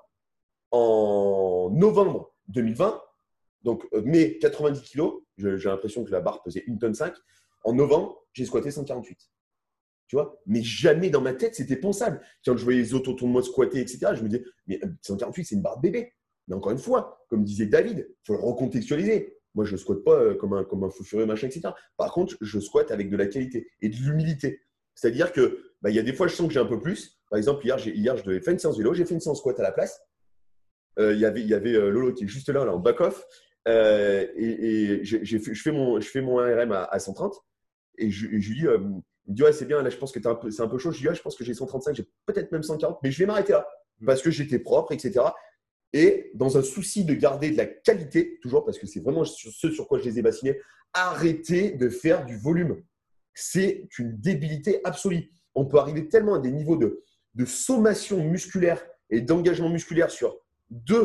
A: En novembre deux mille vingt, donc euh, mai quatre-vingt-dix kilos, je, j'ai l'impression que la barre pesait une tonne cinq. En novembre, j'ai squatté cent quarante-huit. Tu vois, mais jamais dans ma tête, c'était pensable. Quand je voyais les autres autour de moi squatter, et cetera, je me disais, mais cent quarante-huit, c'est une barre de bébé. Mais encore une fois, comme disait David, il faut le recontextualiser. Moi, je ne squatte pas comme un, comme un fou furieux, machin, et cetera. Par contre, je squatte avec de la qualité et de l'humilité. C'est-à-dire que bah, y a des fois, je sens que j'ai un peu plus. Par exemple, hier, j'ai, hier je devais faire une séance vélo, j'ai fait une séance squat à la place. Il euh, y avait, y avait euh, Lolo qui est juste là, là en back-off. Euh, et et j'ai, j'ai fait, je, fais mon, je fais mon un R M à, à cent trente. Et je, et je lui dis, euh, il me dit, ouais, c'est bien, là, je pense que t'es un peu, c'est un peu chaud. Je lui dis, ouais, je pense que j'ai cent trente-cinq, j'ai peut-être même cent quarante, mais je vais m'arrêter là parce que j'étais propre, et cetera. Et dans un souci de garder de la qualité, toujours parce que c'est vraiment ce sur quoi je les ai bassinés, arrêtez de faire du volume. C'est une débilité absolue. On peut arriver tellement à des niveaux de, de sommation musculaire et d'engagement musculaire sur deux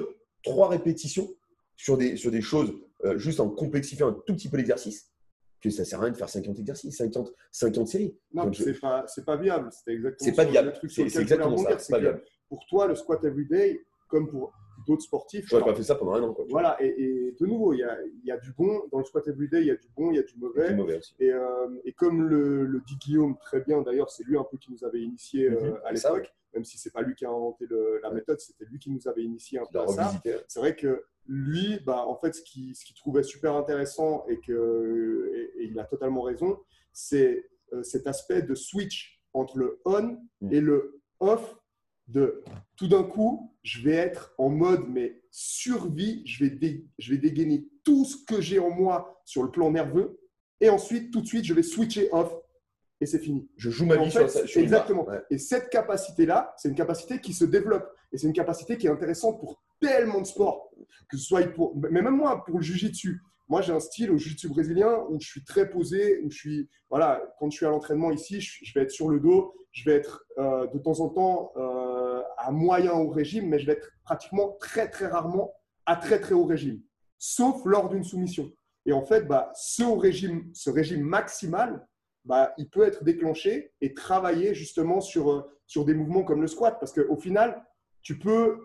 A: trois répétitions sur des, sur des choses euh, juste en complexifiant un tout petit peu l'exercice, que ça ne sert à rien de faire cinquante exercices, cinquante, cinquante séries.
B: Non, ce n'est je... pas, pas viable. C'était exactement
A: c'est pas viable.
B: le truc
A: c'est, c'est exactement ça. C'est pas viable.
B: Pour toi, le squat everyday, comme pour d'autres sportifs.
A: Je n'aurais pas fait ça pendant un an. Quoi,
B: voilà, et, et de nouveau, il y a, il y a du bon. Dans le squat everyday, il y a du bon, il y a du mauvais.
A: Et, du mauvais aussi.
B: Et, euh, et comme le, le dit Guillaume très bien, d'ailleurs, c'est lui un peu qui nous avait initié euh, mm-hmm. à l'époque, même si ce n'est pas lui qui a inventé le, la ouais. méthode, c'était lui qui nous avait initié un peu à ça. C'est vrai que lui, bah, en fait, ce qu'il ce qu'il trouvait super intéressant et qu'il et, et a totalement raison, c'est euh, cet aspect de switch entre le on mm. et le off. De tout d'un coup, je vais être en mode mais survie, je vais, dé, je vais dégainer tout ce que j'ai en moi sur le plan nerveux et ensuite, tout de suite, je vais switcher off et c'est fini.
A: Je joue ma vie
B: fait,
A: sur ça.
B: Exactement. Ouais. Et cette capacité-là, c'est une capacité qui se développe et c'est une capacité qui est intéressante pour tellement de sports, que ce soit pour, mais même moi, pour le jiu-jitsu. Moi, j'ai un style au jiu-jitsu brésilien où je suis très posé, où je suis, voilà, quand je suis à l'entraînement ici, je, je vais être sur le dos, je vais être euh, de temps en temps euh, à moyen haut régime, mais je vais être pratiquement très, très rarement à très, très haut régime, sauf lors d'une soumission. Et en fait, bah, ce, haut régime, ce régime maximal, bah, il peut être déclenché et travailler justement sur, euh, sur des mouvements comme le squat, parce qu'au final, tu peux…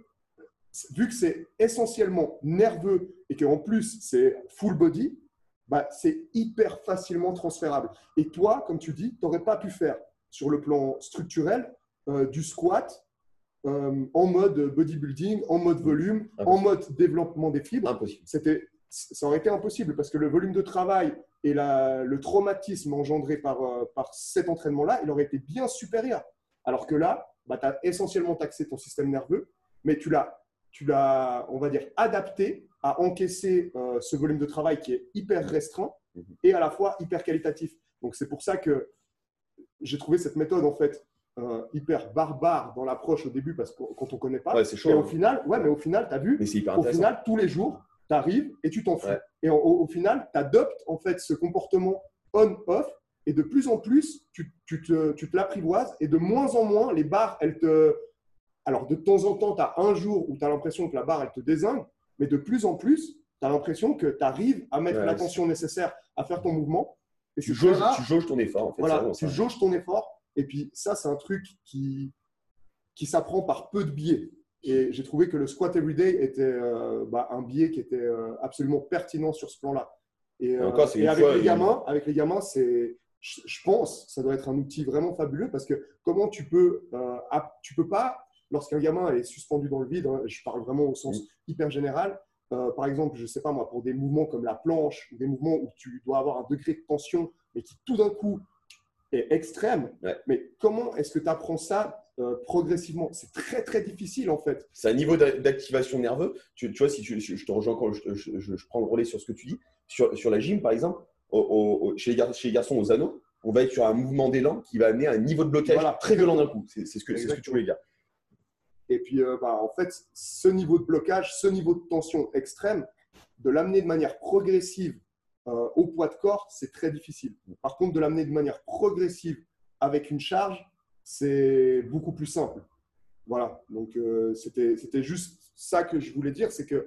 B: Vu que c'est essentiellement nerveux et qu'en plus c'est full body, bah, c'est hyper facilement transférable. Et toi, comme tu dis, tu n'aurais pas pu faire sur le plan structurel euh, du squat euh, en mode bodybuilding, en mode volume, impossible. En mode développement des fibres.
A: Impossible.
B: C'était, ça aurait été impossible parce que le volume de travail et la, le traumatisme engendré par, euh, par cet entraînement-là, il aurait été bien supérieur. Alors que là, bah, tu as essentiellement taxé ton système nerveux, mais tu l'as tu l'as, on va dire, adapté à encaisser euh, ce volume de travail qui est hyper restreint et à la fois hyper qualitatif. Donc, c'est pour ça que j'ai trouvé cette méthode, en fait, euh, hyper barbare dans l'approche au début, parce que quand on ne connaît pas.
A: Ouais, c'est chaud.
B: Et
A: hein.
B: au final, ouais, mais au final, tu as vu,
A: mais c'est hyper
B: au final, tous les jours, tu arrives et tu t'en fous.
A: Ouais.
B: Et au, au final, tu adoptes, en fait, ce comportement on-off et de plus en plus, tu, tu te, tu te l'apprivoises et de moins en moins, les barres, elles te… Alors, de temps en temps, tu as un jour où tu as l'impression que la barre, elle te dézingue, mais de plus en plus, tu as l'impression que tu arrives à mettre ouais, l'attention nécessaire à faire ton mouvement. Et
A: tu, jauges, tu jauges ton effort, en fait.
B: Voilà,
A: ça,
B: tu ça. jauges ton effort. Et puis, ça, c'est un truc qui, qui s'apprend par peu de biais. Et j'ai trouvé que le squat everyday était euh, bah, un biais qui était euh, absolument pertinent sur ce plan-là. Et, euh, encore, et avec, fois, les gamins, avec les gamins, c'est… Je, je pense ça doit être un outil vraiment fabuleux parce que comment tu peux… Euh, tu peux pas… Lorsqu'un gamin est suspendu dans le vide, hein, je parle vraiment au sens hyper général, euh, par exemple, je ne sais pas moi, pour des mouvements comme la planche, des mouvements où tu dois avoir un degré de tension, mais qui tout d'un coup est extrême, ouais. mais comment est-ce que tu apprends ça euh, progressivement? C'est très, très difficile en fait.
A: C'est un niveau d'activation nerveuse. Tu, tu vois, si tu, je te rejoins quand je, je, je, je prends le relais sur ce que tu dis, sur, sur la gym par exemple, au, au, chez, les gar, chez les garçons aux anneaux, on va être sur un mouvement d'élan qui va amener à un niveau de blocage voilà, très violent d'un coup. C'est, c'est, ce que, c'est ce que tu voulais dire.
B: Et puis, euh, bah, en fait, ce niveau de blocage, ce niveau de tension extrême, de l'amener de manière progressive euh, au poids de corps, c'est très difficile. Par contre, de l'amener de manière progressive avec une charge, c'est beaucoup plus simple. Voilà. Donc, euh, c'était, c'était juste ça que je voulais dire, c'est qu'il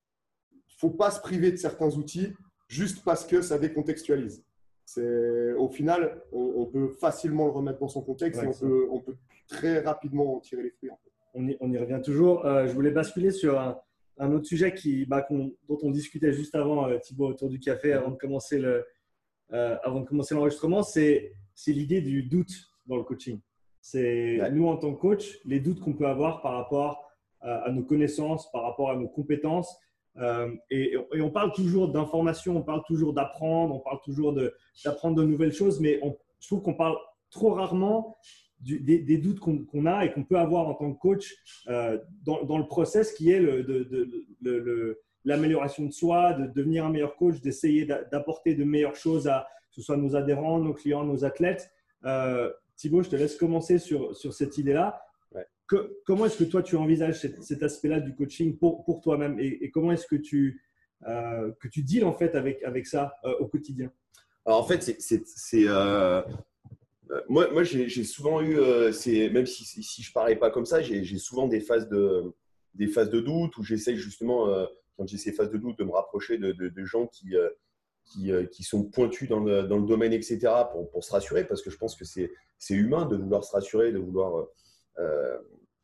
B: ne faut pas se priver de certains outils juste parce que ça décontextualise. C'est, au final, on, on peut facilement le remettre dans son contexte ouais, et on peut, on peut très rapidement en tirer les fruits. En fait.
D: On y, on y revient toujours. Euh, je voulais basculer sur un, un autre sujet qui, bah, qu'on, dont on discutait juste avant, euh, Thibaut, autour du café, avant de commencer, le, euh, avant de commencer l'enregistrement. C'est, c'est l'idée du doute dans le coaching. C'est ouais. Nous, en tant que coach, les doutes qu'on peut avoir par rapport à, à nos connaissances, par rapport à nos compétences. Euh, et, et on parle toujours d'information, on parle toujours d'apprendre, on parle toujours de, d'apprendre de nouvelles choses, mais on, je trouve qu'on parle trop rarement Du, des, des doutes qu'on, qu'on a et qu'on peut avoir en tant que coach euh, dans, dans le process qui est le, de, de, de, le, l'amélioration de soi, de devenir un meilleur coach, d'essayer d'apporter de meilleures choses à que ce soit nos adhérents, nos clients, nos athlètes. Euh, Thibaut, je te laisse commencer sur, sur cette idée-là. Ouais. Que, comment est-ce que toi, tu envisages cet, cet aspect-là du coaching pour, pour toi-même et, et comment est-ce que tu, euh, que tu deals en fait avec, avec ça euh, au quotidien?
A: Alors, en fait, c'est… c'est, c'est euh... Moi, moi j'ai, j'ai souvent eu, euh, c'est, même si, si je ne parlais pas comme ça, j'ai, j'ai souvent des phases de, des phases de doute où j'essaye justement, euh, quand j'ai ces phases de doute, de me rapprocher de, de, de gens qui, euh, qui, euh, qui sont pointus dans le, dans le domaine, et cetera, pour, pour se rassurer, parce que je pense que c'est, c'est humain de vouloir se rassurer, de vouloir, euh,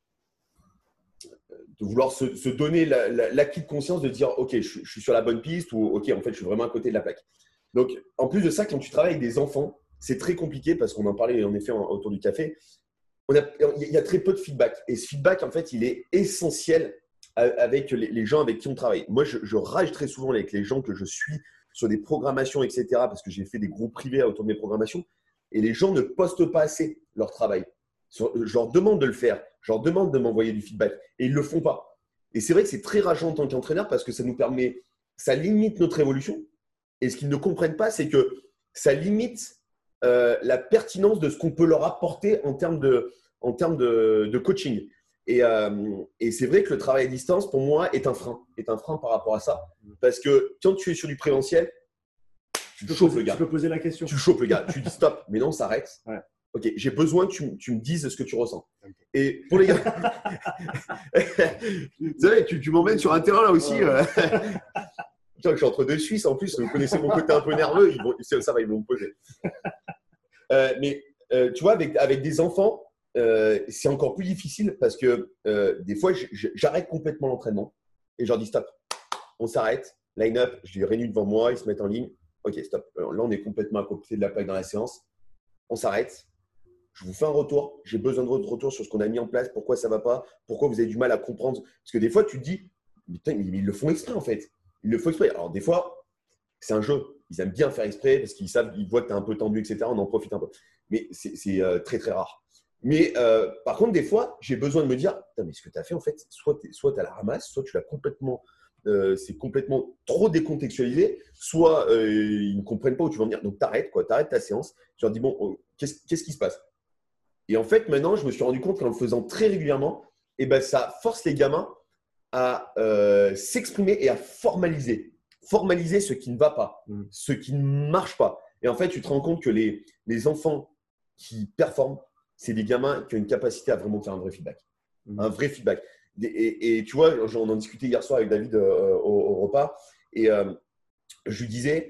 A: de vouloir se, se donner la, la, l'acquis de conscience de dire « Ok, je, je suis sur la bonne piste » ou « Ok, en fait, je suis vraiment à côté de la plaque ». Donc, en plus de ça, quand tu travailles avec des enfants, c'est très compliqué parce qu'on en parlait en effet autour du café. On a, il y a très peu de feedback. Et ce feedback, en fait, il est essentiel avec les, les gens avec qui on travaille. Moi, je, je rage très souvent avec les gens que je suis sur des programmations, et cetera, parce que j'ai fait des groupes privés autour de mes programmations. Et les gens ne postent pas assez leur travail. Je leur demande de le faire. Je leur demande de m'envoyer du feedback. Et ils ne le font pas. Et c'est vrai que c'est très rageant en tant qu'entraîneur parce que ça nous permet, ça limite notre évolution. Et ce qu'ils ne comprennent pas, c'est que ça limite euh, la pertinence de ce qu'on peut leur apporter en termes de, en termes de, de coaching. Et, euh, et c'est vrai que le travail à distance, pour moi, est un frein, est un frein par rapport à ça. Parce que quand tu es sur du présentiel, tu, tu chauffes
D: poser,
A: le gars.
D: Tu peux poser la question.
A: Tu chauffes le gars. Tu dis stop, mais non, s'arrête.
D: Ouais.
A: Ok, j'ai besoin que tu, tu me dises ce que tu ressens. Okay. Et pour les gars, tu sais, tu, tu m'emmènes sur un terrain là aussi. Euh... je suis entre deux Suisses en plus. Vous connaissez mon côté un peu nerveux. Ils vont, ça va, ils vont me poser. Euh, mais euh, tu vois, avec, avec des enfants, euh, c'est encore plus difficile parce que euh, des fois, j'arrête complètement l'entraînement et je leur dis stop. On s'arrête. Line-up, je les réunis devant moi, ils se mettent en ligne. Ok, stop. Alors là, on est complètement à côté de la plaque dans la séance. On s'arrête. Je vous fais un retour. J'ai besoin de votre retour sur ce qu'on a mis en place, pourquoi ça ne va pas, pourquoi vous avez du mal à comprendre. Parce que des fois, tu te dis, mais putain, ils le font exprès en fait. Ils le font exprès. Alors des fois, c'est un jeu. Ils aiment bien faire exprès parce qu'ils savent, ils voient que tu es un peu tendu, et cetera. On en profite un peu. Mais c'est, c'est euh, très, très rare. Mais euh, par contre, des fois, j'ai besoin de me dire, mais ce que tu as fait, en fait, soit tu soit à la ramasse, soit tu l'as complètement, euh, c'est complètement trop décontextualisé, soit euh, ils ne comprennent pas où tu vas venir. Donc, tu arrêtes, quoi. Tu arrêtes ta séance. Tu leur dis, bon, oh, qu'est-ce, qu'est-ce qui se passe? Et en fait, maintenant, je me suis rendu compte qu'en le faisant très régulièrement, eh ben, ça force les gamins à euh, s'exprimer et à formaliser. Formaliser ce qui ne va pas, mmh. ce qui ne marche pas. Et en fait, tu te rends compte que les, les enfants qui performent, c'est des gamins qui ont une capacité à vraiment faire un vrai feedback. Mmh. Un vrai feedback. Et, et, et tu vois, on en discutait hier soir avec David euh, au, au repas. Et euh, je lui disais,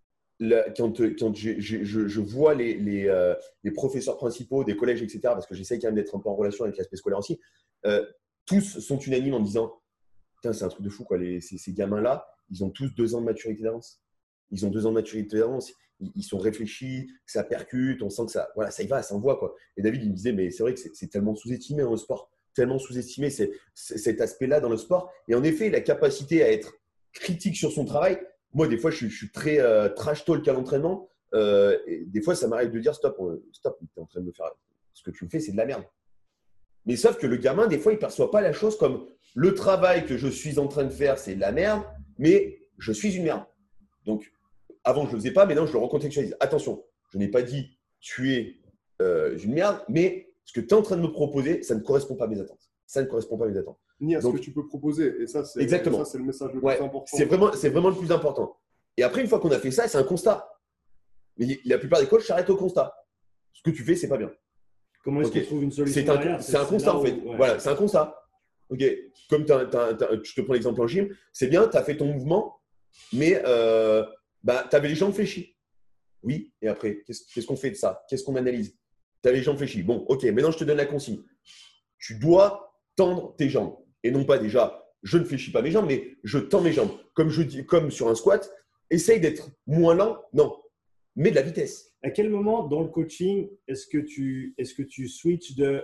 A: là, quand, quand je, je, je vois les, les, euh, les professeurs principaux des collèges, et cetera, parce que j'essaie quand même d'être un peu en relation avec l'aspect scolaire aussi, euh, tous sont unanimes en disant « Putain, c'est un truc de fou, quoi. Les, ces, ces gamins-là, ils ont tous deux ans de maturité d'avance. Ils ont deux ans de maturité d'avance. Ils, ils sont réfléchis, ça percute, on sent que ça, voilà, ça y va, ça envoie, quoi. » Et David, il me disait « Mais c'est vrai que c'est, c'est tellement sous-estimé dans le sport, tellement sous-estimé c'est, c'est, cet aspect-là dans le sport. » Et en effet, la capacité à être critique sur son travail, moi, des fois, je, je suis très euh, trash talk à l'entraînement. Euh, et des fois, ça m'arrive de dire stop, stop, tu es en train de me faire. Ce que tu me fais, c'est de la merde. Mais sauf que le gamin, des fois, il ne perçoit pas la chose comme le travail que je suis en train de faire, c'est de la merde, mais je suis une merde. Donc, avant, je ne le faisais pas, mais maintenant, je le recontextualise. Attention, je n'ai pas dit tu es euh, une merde, mais ce que tu es en train de me proposer, ça ne correspond pas à mes attentes. Ça ne correspond pas à mes attentes.
B: Ni à
A: Donc,
B: ce que tu peux proposer. Et ça, c'est,
A: exactement.
B: Ça, c'est le message le
A: ouais,
B: plus important.
A: C'est vraiment, c'est vraiment le plus important. Et après, une fois qu'on a fait ça, c'est un constat. Mais la plupart des coachs s'arrêtent au constat. Ce que tu fais, c'est pas bien.
D: Comment est-ce okay. que tu trouves une solution
A: C'est un, derrière, c'est, c'est un constat, en fait. Où, ouais. Voilà, c'est un constat. Ok. Comme t'as, t'as, t'as, je te prends l'exemple en gym, c'est bien, tu as fait ton mouvement, mais euh, bah, tu avais les jambes fléchies. Oui, et après, qu'est-ce, qu'est-ce qu'on fait de ça? Qu'est-ce qu'on analyse? Tu as les jambes fléchies. Bon, ok, maintenant je te donne la consigne. Tu dois tendre tes jambes. Et non pas déjà, je ne fléchis pas mes jambes, mais je tends mes jambes. Comme, je dis, comme sur un squat, essaye d'être moins lent. Non, mets de la vitesse.
D: À quel moment dans le coaching est-ce que tu, est-ce que tu switches de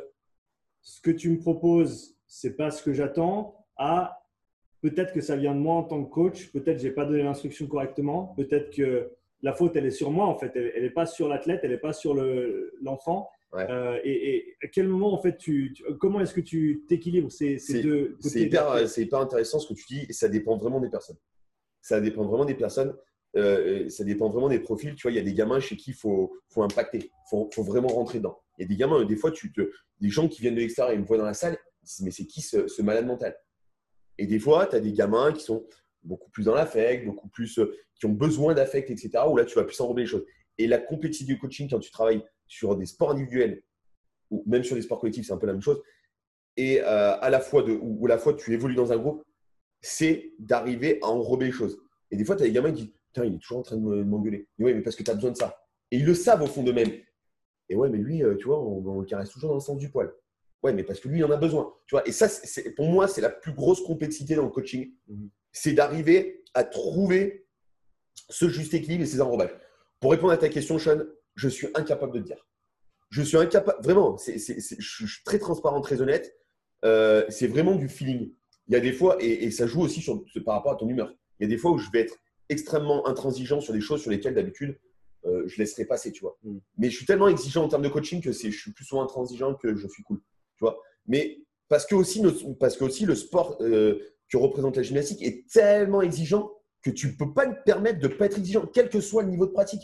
D: ce que tu me proposes, c'est pas ce que j'attends, à peut-être que ça vient de moi en tant que coach, peut-être que je n'ai pas donné l'instruction correctement, peut-être que la faute, elle est sur moi en fait, elle n'est pas sur l'athlète, elle n'est pas sur le, l'enfant. Ouais. Euh, et, et à quel moment en fait tu, tu comment est-ce que tu t'équilibres ces, ces
A: c'est,
D: deux côtés?
A: C'est hyper, c'est hyper intéressant ce que tu dis et ça dépend vraiment des personnes. Ça dépend vraiment des personnes. Euh, ça dépend vraiment des profils. Tu vois, il y a des gamins chez qui il faut, faut impacter, il faut, faut vraiment rentrer dedans. Il y a des gamins, des fois, tu te, des gens qui viennent de l'extérieur et me voient dans la salle, ils disent mais c'est qui ce, ce malade mental? Et des fois, tu as des gamins qui sont beaucoup plus dans l'affect, beaucoup plus, qui ont besoin d'affect, et cetera. Où là, tu vas plus enrober les choses. Et la complexité du coaching, quand tu travailles sur des sports individuels ou même sur des sports collectifs, c'est un peu la même chose. et euh, à la fois de, ou, ou à la fois tu évolues dans un groupe, c'est d'arriver à enrober les choses. Et des fois, tu as des gamins qui disent putain, il est toujours en train de m'engueuler. Et ouais, mais parce que tu as besoin de ça. Et ils le savent au fond d'eux-mêmes. Et ouais, mais lui, tu vois, on, on le caresse toujours dans le sens du poil. Ouais, mais parce que lui, il en a besoin. Tu vois, et ça, c'est, pour moi, c'est la plus grosse complexité dans le coaching. Mmh. C'est d'arriver à trouver ce juste équilibre et ces enrobages. Pour répondre à ta question, Sean, je suis incapable de te dire. Je suis incapable, vraiment, c'est, c'est, c'est, je suis très transparent, très honnête. Euh, c'est vraiment du feeling. Il y a des fois, et, et ça joue aussi sur, par rapport à ton humeur. Il y a des fois où je vais être extrêmement intransigeant sur des choses sur lesquelles d'habitude, euh, je laisserai passer, tu vois. Mm. Mais je suis tellement exigeant en termes de coaching que c'est, je suis plus souvent intransigeant que je suis cool, tu vois. Mais parce que aussi, parce que aussi le sport euh, que représente la gymnastique est tellement exigeant que tu ne peux pas te permettre de ne pas être exigeant, quel que soit le niveau de pratique.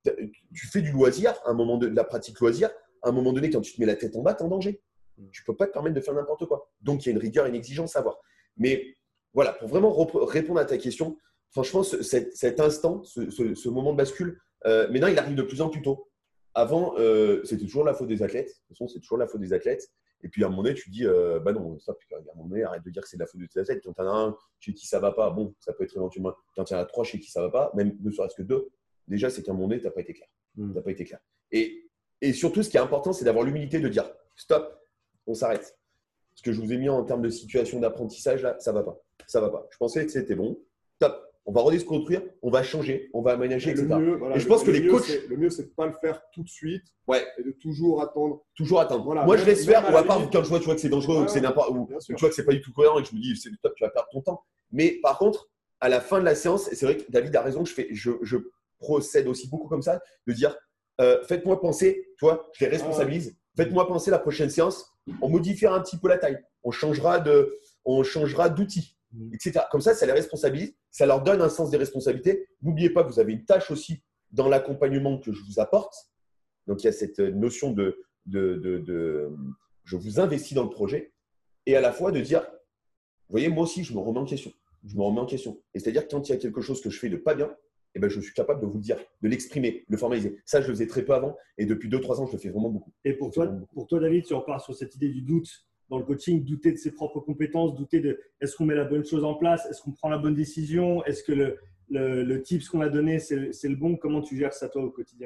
A: Tu fais du loisir, à un moment de, de la pratique loisir, à un moment donné, quand tu te mets la tête en bas, tu es en danger. Tu ne peux pas te permettre de faire n'importe quoi. Donc, il y a une rigueur et une exigence à avoir. Mais voilà, pour vraiment rep- répondre à ta question, franchement, ce, cet, cet instant, ce, ce, ce moment de bascule, euh, maintenant, il arrive de plus en plus tôt. Avant, euh, c'était toujours la faute des athlètes. De toute façon, c'est toujours la faute des athlètes. Et puis, à un moment donné, tu dis, euh, bah non, stop. À un moment donné, arrête de dire que c'est de la faute des athlètes. Quand tu en as un chez qui ça ne va pas, bon, ça peut être éventuellement. Quand il y en a trois chez qui ça ne va pas, même ne serait-ce que deux, déjà, c'est qu'à un moment donné, tu n'as pas été clair. Tu n'as pas été clair. Et, et surtout, ce qui est important, c'est d'avoir l'humilité de dire, stop, on s'arrête. Ce que je vous ai mis en termes de situation d'apprentissage, là, ça ne va pas. Ça ne va pas. Je pensais que c'était bon. Top. On va redéconstruire, on va changer, on va aménager, et cetera.
B: Mieux, voilà,
A: et je
B: le,
A: pense que
B: le
A: les
B: mieux,
A: coachs…
B: c'est, le mieux, c'est de ne pas le faire tout de suite
A: ouais.
B: et de toujours attendre.
A: Toujours attendre.
B: Voilà,
A: Moi,
B: même,
A: je laisse faire, ou à part
B: limite,
A: quand je vois, tu vois que c'est dangereux,
B: ouais,
A: ou que c'est n'importe, ou tu vois que c'est pas du tout cohérent et que je me dis, c'est top, tu vas perdre ton temps. Mais par contre, à la fin de la séance, et c'est vrai que David a raison, je, fais, je, je procède aussi beaucoup comme ça, de dire, euh, faites-moi penser, tu vois, je les responsabilise, ouais. Faites-moi penser la prochaine séance, on modifiera un petit peu la taille, on changera, de, on changera d'outils. et cetera. Comme ça, ça les responsabilise, ça leur donne un sens des responsabilités. N'oubliez pas que vous avez une tâche aussi dans l'accompagnement que je vous apporte. Donc, il y a cette notion de, de, de, de je vous investis dans le projet et à la fois de dire, vous voyez, moi aussi, je me remets en question. Je me remets en question. Et c'est-à-dire que quand il y a quelque chose que je fais de pas bien, eh ben, je suis capable de vous le dire, de l'exprimer, de le formaliser. Ça, je le faisais très peu avant et depuis deux trois ans, je le fais vraiment beaucoup.
D: Et pour toi, pour toi, David, tu repars sur cette idée du doute dans le coaching, douter de ses propres compétences, douter de est-ce qu'on met la bonne chose en place, est-ce qu'on prend la bonne décision, est-ce que le, le, le tips qu'on a donné, c'est, c'est le bon. Comment tu gères ça toi au quotidien?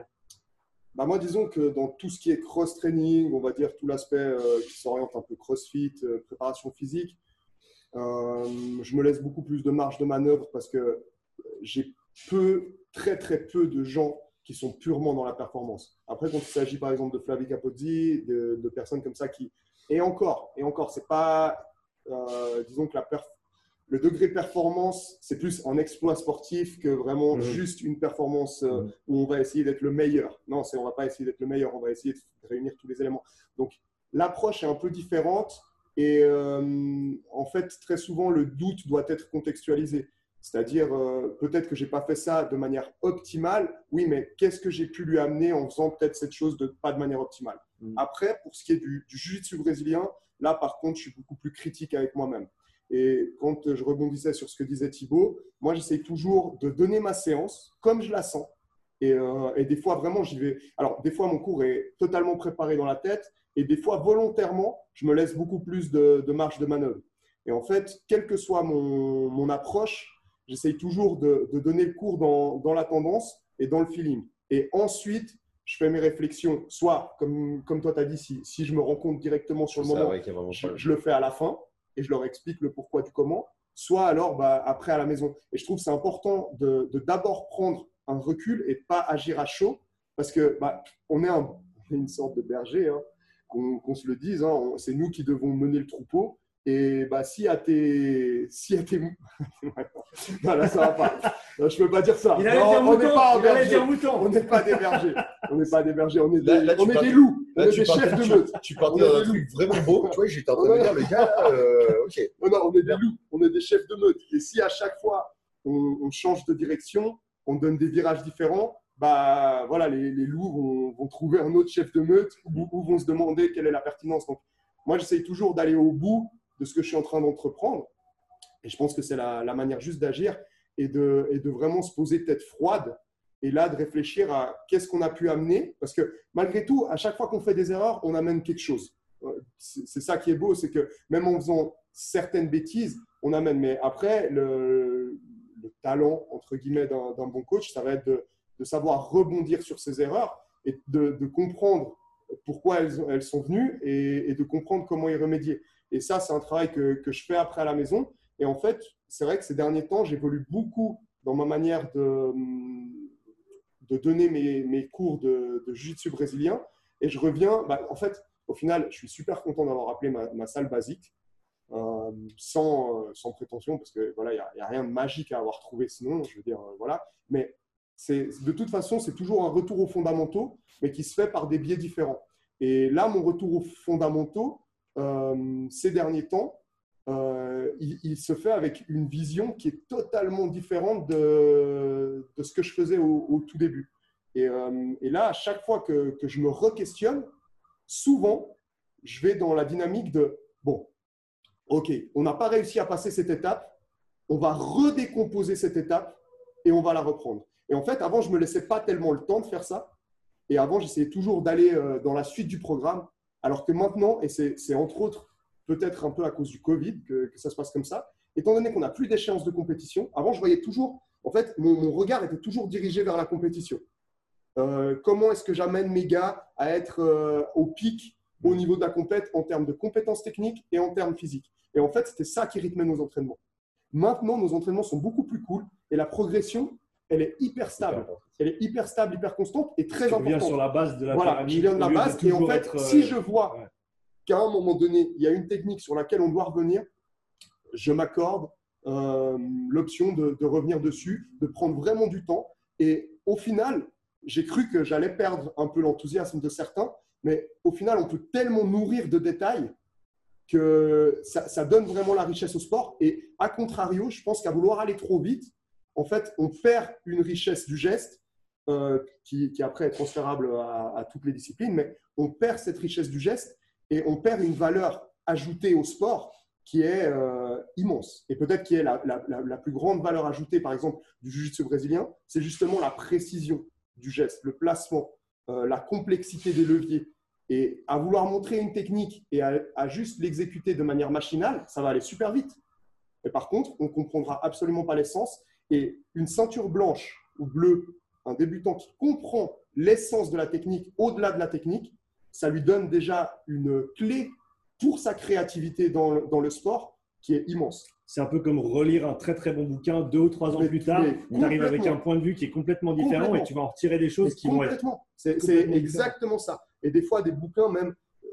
B: Bah moi, disons que dans tout ce qui est cross-training, on va dire tout l'aspect euh, qui s'oriente un peu crossfit, euh, préparation physique, euh, je me laisse beaucoup plus de marge de manœuvre parce que j'ai peu, très très peu de gens qui sont purement dans la performance. Après, quand il s'agit par exemple de Flavie Capozzi, de, de personnes comme ça qui… Et encore, et encore, c'est pas… Euh, disons que la perf… le degré performance, c'est plus un exploit sportif que vraiment mmh. juste une performance euh, mmh. où on va essayer d'être le meilleur. Non, c'est, on ne va pas essayer d'être le meilleur, on va essayer de réunir tous les éléments. Donc, l'approche est un peu différente et euh, en fait, très souvent, le doute doit être contextualisé. C'est-à-dire, euh, peut-être que je n'ai pas fait ça de manière optimale. Oui, mais qu'est-ce que j'ai pu lui amener en faisant peut-être cette chose de pas de manière optimale. Mmh. Après, pour ce qui est du, du jiu-jitsu brésilien, là, par contre, je suis beaucoup plus critique avec moi-même. Et quand je rebondissais sur ce que disait Thibaut, moi, j'essaie toujours de donner ma séance comme je la sens. Et, euh, et des fois, vraiment, j'y vais. Alors, des fois, mon cours est totalement préparé dans la tête. Et des fois, volontairement, je me laisse beaucoup plus de, de marge de manœuvre. Et en fait, quelle que soit mon, mon approche, j'essaye toujours de, de donner le cours dans, dans la tendance et dans le feeling. Et ensuite, je fais mes réflexions. Soit, comme, comme toi, tu as dit, si, si je me rends compte directement sur le moment, ouais, je, je le fais à la fin. Et je leur explique le pourquoi du comment, soit alors bah, après à la maison. Et je trouve que c'est important de, de d'abord prendre un recul et pas agir à chaud, parce que bah, on, est un, on est une sorte de berger, hein, qu'on, qu'on se le dise, hein, on, c'est nous qui devons mener le troupeau. Et bah, si à tes… Si à tes… non, là, ça va pas. Non, je ne peux pas dire ça.
D: Il allait dire mouton. Il allait dire mouton.
B: On n'est pas des bergers. On n'est pas des bergers. On est des,
A: là, là,
B: on est
A: partais,
B: des loups.
A: Là,
B: on est des chefs de meute.
A: Tu partais d'un truc vraiment beau. Tu vois, j'étais en train de dire, le gars, là, euh, ok.
B: Non, non, on est des loups. On est des chefs de meute. Et si à chaque fois, on, on change de direction, on donne des virages différents, bah, voilà, les, les loups vont, vont trouver un autre chef de meute ou, ou vont se demander quelle est la pertinence. Donc, moi, j'essaye toujours d'aller au bout de ce que je suis en train d'entreprendre. Et je pense que c'est la, la manière juste d'agir et de, et de vraiment se poser tête froide et là de réfléchir à qu'est-ce qu'on a pu amener. Parce que malgré tout, à chaque fois qu'on fait des erreurs, on amène quelque chose. c'est ça qui est beau, c'est que même en faisant certaines bêtises, on amène. Mais après, le, le talent, entre guillemets, d'un bon coach, ça va être de, de savoir rebondir sur ses erreurs et de, de comprendre pourquoi elles, elles sont venues et, et de comprendre comment y remédier. Et ça, c'est un travail que, que je fais après à la maison. Et en fait, c'est vrai que ces derniers temps, j'évolue beaucoup dans ma manière de, de donner mes, mes cours de, de jiu-jitsu brésilien. Et je reviens, bah, en fait, au final, je suis super content d'avoir appelé ma, ma salle basique, euh, sans, euh, sans prétention, parce que voilà, il n'y a, a rien de magique à avoir trouvé sinon, je veux dire, euh, voilà. Mais c'est, de toute façon, c'est toujours un retour aux fondamentaux, mais qui se fait par des biais différents. Et là, mon retour aux fondamentaux, euh, ces derniers temps, euh, il, il se fait avec une vision qui est totalement différente de, de ce que je faisais au, au tout début. Et, euh, et là, à chaque fois que, que je me re-questionne, souvent, je vais dans la dynamique de « bon, ok, on n'a pas réussi à passer cette étape, on va redécomposer cette étape et on va la reprendre. » Et en fait, avant, je ne me laissais pas tellement le temps de faire ça. Et avant, j'essayais toujours d'aller euh, dans la suite du programme. Alors que maintenant, et c'est entre autres peut-être un peu à cause du Covid que, que ça se passe comme ça, étant donné qu'on n'a plus d'échéance de compétition, avant, je voyais toujours, en fait, mon, mon regard était toujours dirigé vers la compétition. Euh, comment est-ce que j'amène mes gars à être euh, au pic au niveau de la compète en termes de compétences techniques et en termes physiques. Et en fait, c'était ça qui rythmait nos entraînements. Maintenant, nos entraînements sont beaucoup plus cool et la progression, elle est hyper stable. Elle est hyper stable, hyper constante et très importante.
D: Tu viens sur la base de la
B: voilà,
D: pyramide.
B: Je viens de la base et en fait,
D: être,
B: si je vois
D: ouais.
B: qu'à un moment donné, il y a une technique sur laquelle on doit revenir, je m'accorde euh, l'option de, de revenir dessus, de prendre vraiment du temps. Et au final, j'ai cru que j'allais perdre un peu l'enthousiasme de certains, mais au final, on peut tellement nourrir de détails que ça, ça donne vraiment la richesse au sport. Et à contrario, je pense qu'à vouloir aller trop vite, en fait, on perd une richesse du geste euh, qui, qui après est transférable à, à toutes les disciplines, mais on perd cette richesse du geste et on perd une valeur ajoutée au sport qui est euh, immense. Et peut-être qui est la, la, la, la plus grande valeur ajoutée, par exemple, du jiu-jitsu brésilien, c'est justement la précision du geste, le placement, euh, la complexité des leviers. Et à vouloir montrer une technique et à, à juste l'exécuter de manière machinale, ça va aller super vite. Et par contre, on ne comprendra absolument pas l'essence. Et une ceinture blanche ou bleue, un débutant qui comprend l'essence de la technique au-delà de la technique, ça lui donne déjà une clé pour sa créativité dans, dans le sport qui est immense.
D: C'est un peu comme relire un très très bon bouquin deux ou trois ans mais, plus tard. Tu arrives avec un point de vue qui est complètement différent et tu vas en retirer des choses mais qui vont être…
B: C'est exactement ça. Et des fois, des bouquins même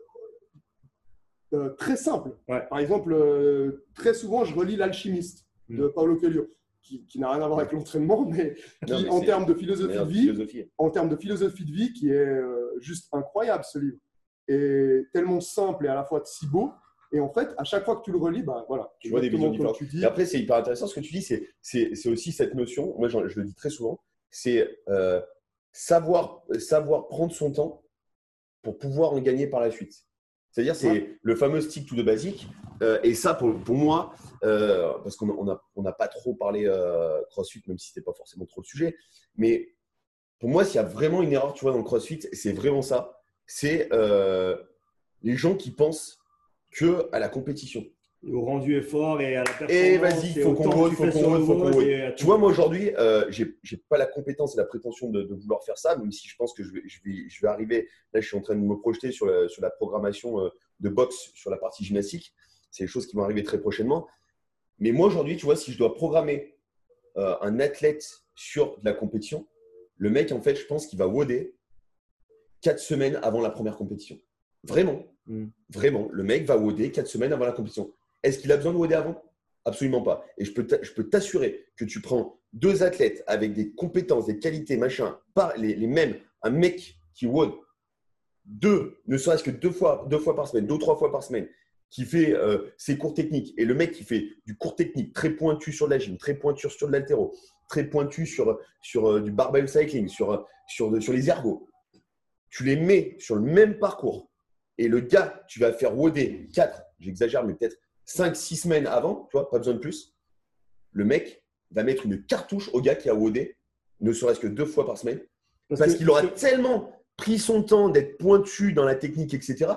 B: euh, très simples.
D: Ouais.
B: Par exemple, euh, très souvent, je relis L'Alchimiste mmh. de Paulo Coelho, qui, qui n'a rien à voir avec l'entraînement, mais qui, non, mais en termes de philosophie de vie, philosophie. en termes de philosophie de vie, qui est euh, juste incroyable ce livre. Et tellement simple et à la fois si beau. Et en fait, à chaque fois que tu le relis, bah, voilà,
A: tu vois des visions différentes. Et après, c'est hyper intéressant ce que tu dis. C'est aussi cette notion, moi je, je le dis très souvent, c'est euh, savoir, savoir prendre son temps pour pouvoir en gagner par la suite. C'est-à-dire, c'est ouais. le fameux stick to the basic. Euh, et ça, pour, pour moi, euh, parce qu'on n'a on a, on a pas trop parlé euh, CrossFit, même si ce n'était pas forcément trop le sujet, mais pour moi, s'il y a vraiment une erreur, tu vois, dans le CrossFit, c'est vraiment ça. C'est euh, les gens qui pensent que à la compétition.
D: Au rendu effort et à la performance.
A: Et vas-y, il faut qu'on roule, faut qu'on roule, faut qu'on roule. Tu vois, moi aujourd'hui, euh, j'ai, j'ai pas la compétence et la prétention de, de vouloir faire ça, même si je pense que je vais, je vais, je vais arriver. Là, je suis en train de me projeter sur la, sur la programmation euh, de boxe sur la partie gymnastique. C'est des choses qui vont arriver très prochainement. Mais moi aujourd'hui, tu vois, si je dois programmer euh, un athlète sur de la compétition, le mec, en fait, je pense qu'il va woder quatre semaines avant la première compétition. Vraiment. Mmh. Vraiment. Le mec va woder quatre semaines avant la compétition. Est-ce qu'il a besoin de woder avant? Absolument pas. Et je peux t'assurer que tu prends deux athlètes avec des compétences, des qualités, machin, pas les, les mêmes, un mec qui wode deux, ne serait-ce que deux fois, deux fois par semaine, deux ou trois fois par semaine, qui fait euh, ses cours techniques, et le mec qui fait du cours technique très pointu sur de la gym, très pointu sur de l'haltéro, très pointu sur, sur euh, du barbell cycling, sur, sur, sur les ergos, tu les mets sur le même parcours. Et le gars, tu vas faire woder quatre, j'exagère, mais peut-être cinq six semaines avant, tu vois, pas besoin de plus. Le mec va mettre une cartouche au gars qui a wodé, ne serait-ce que deux fois par semaine, parce, parce qu'il aura que... tellement pris son temps d'être pointu dans la technique, et cetera,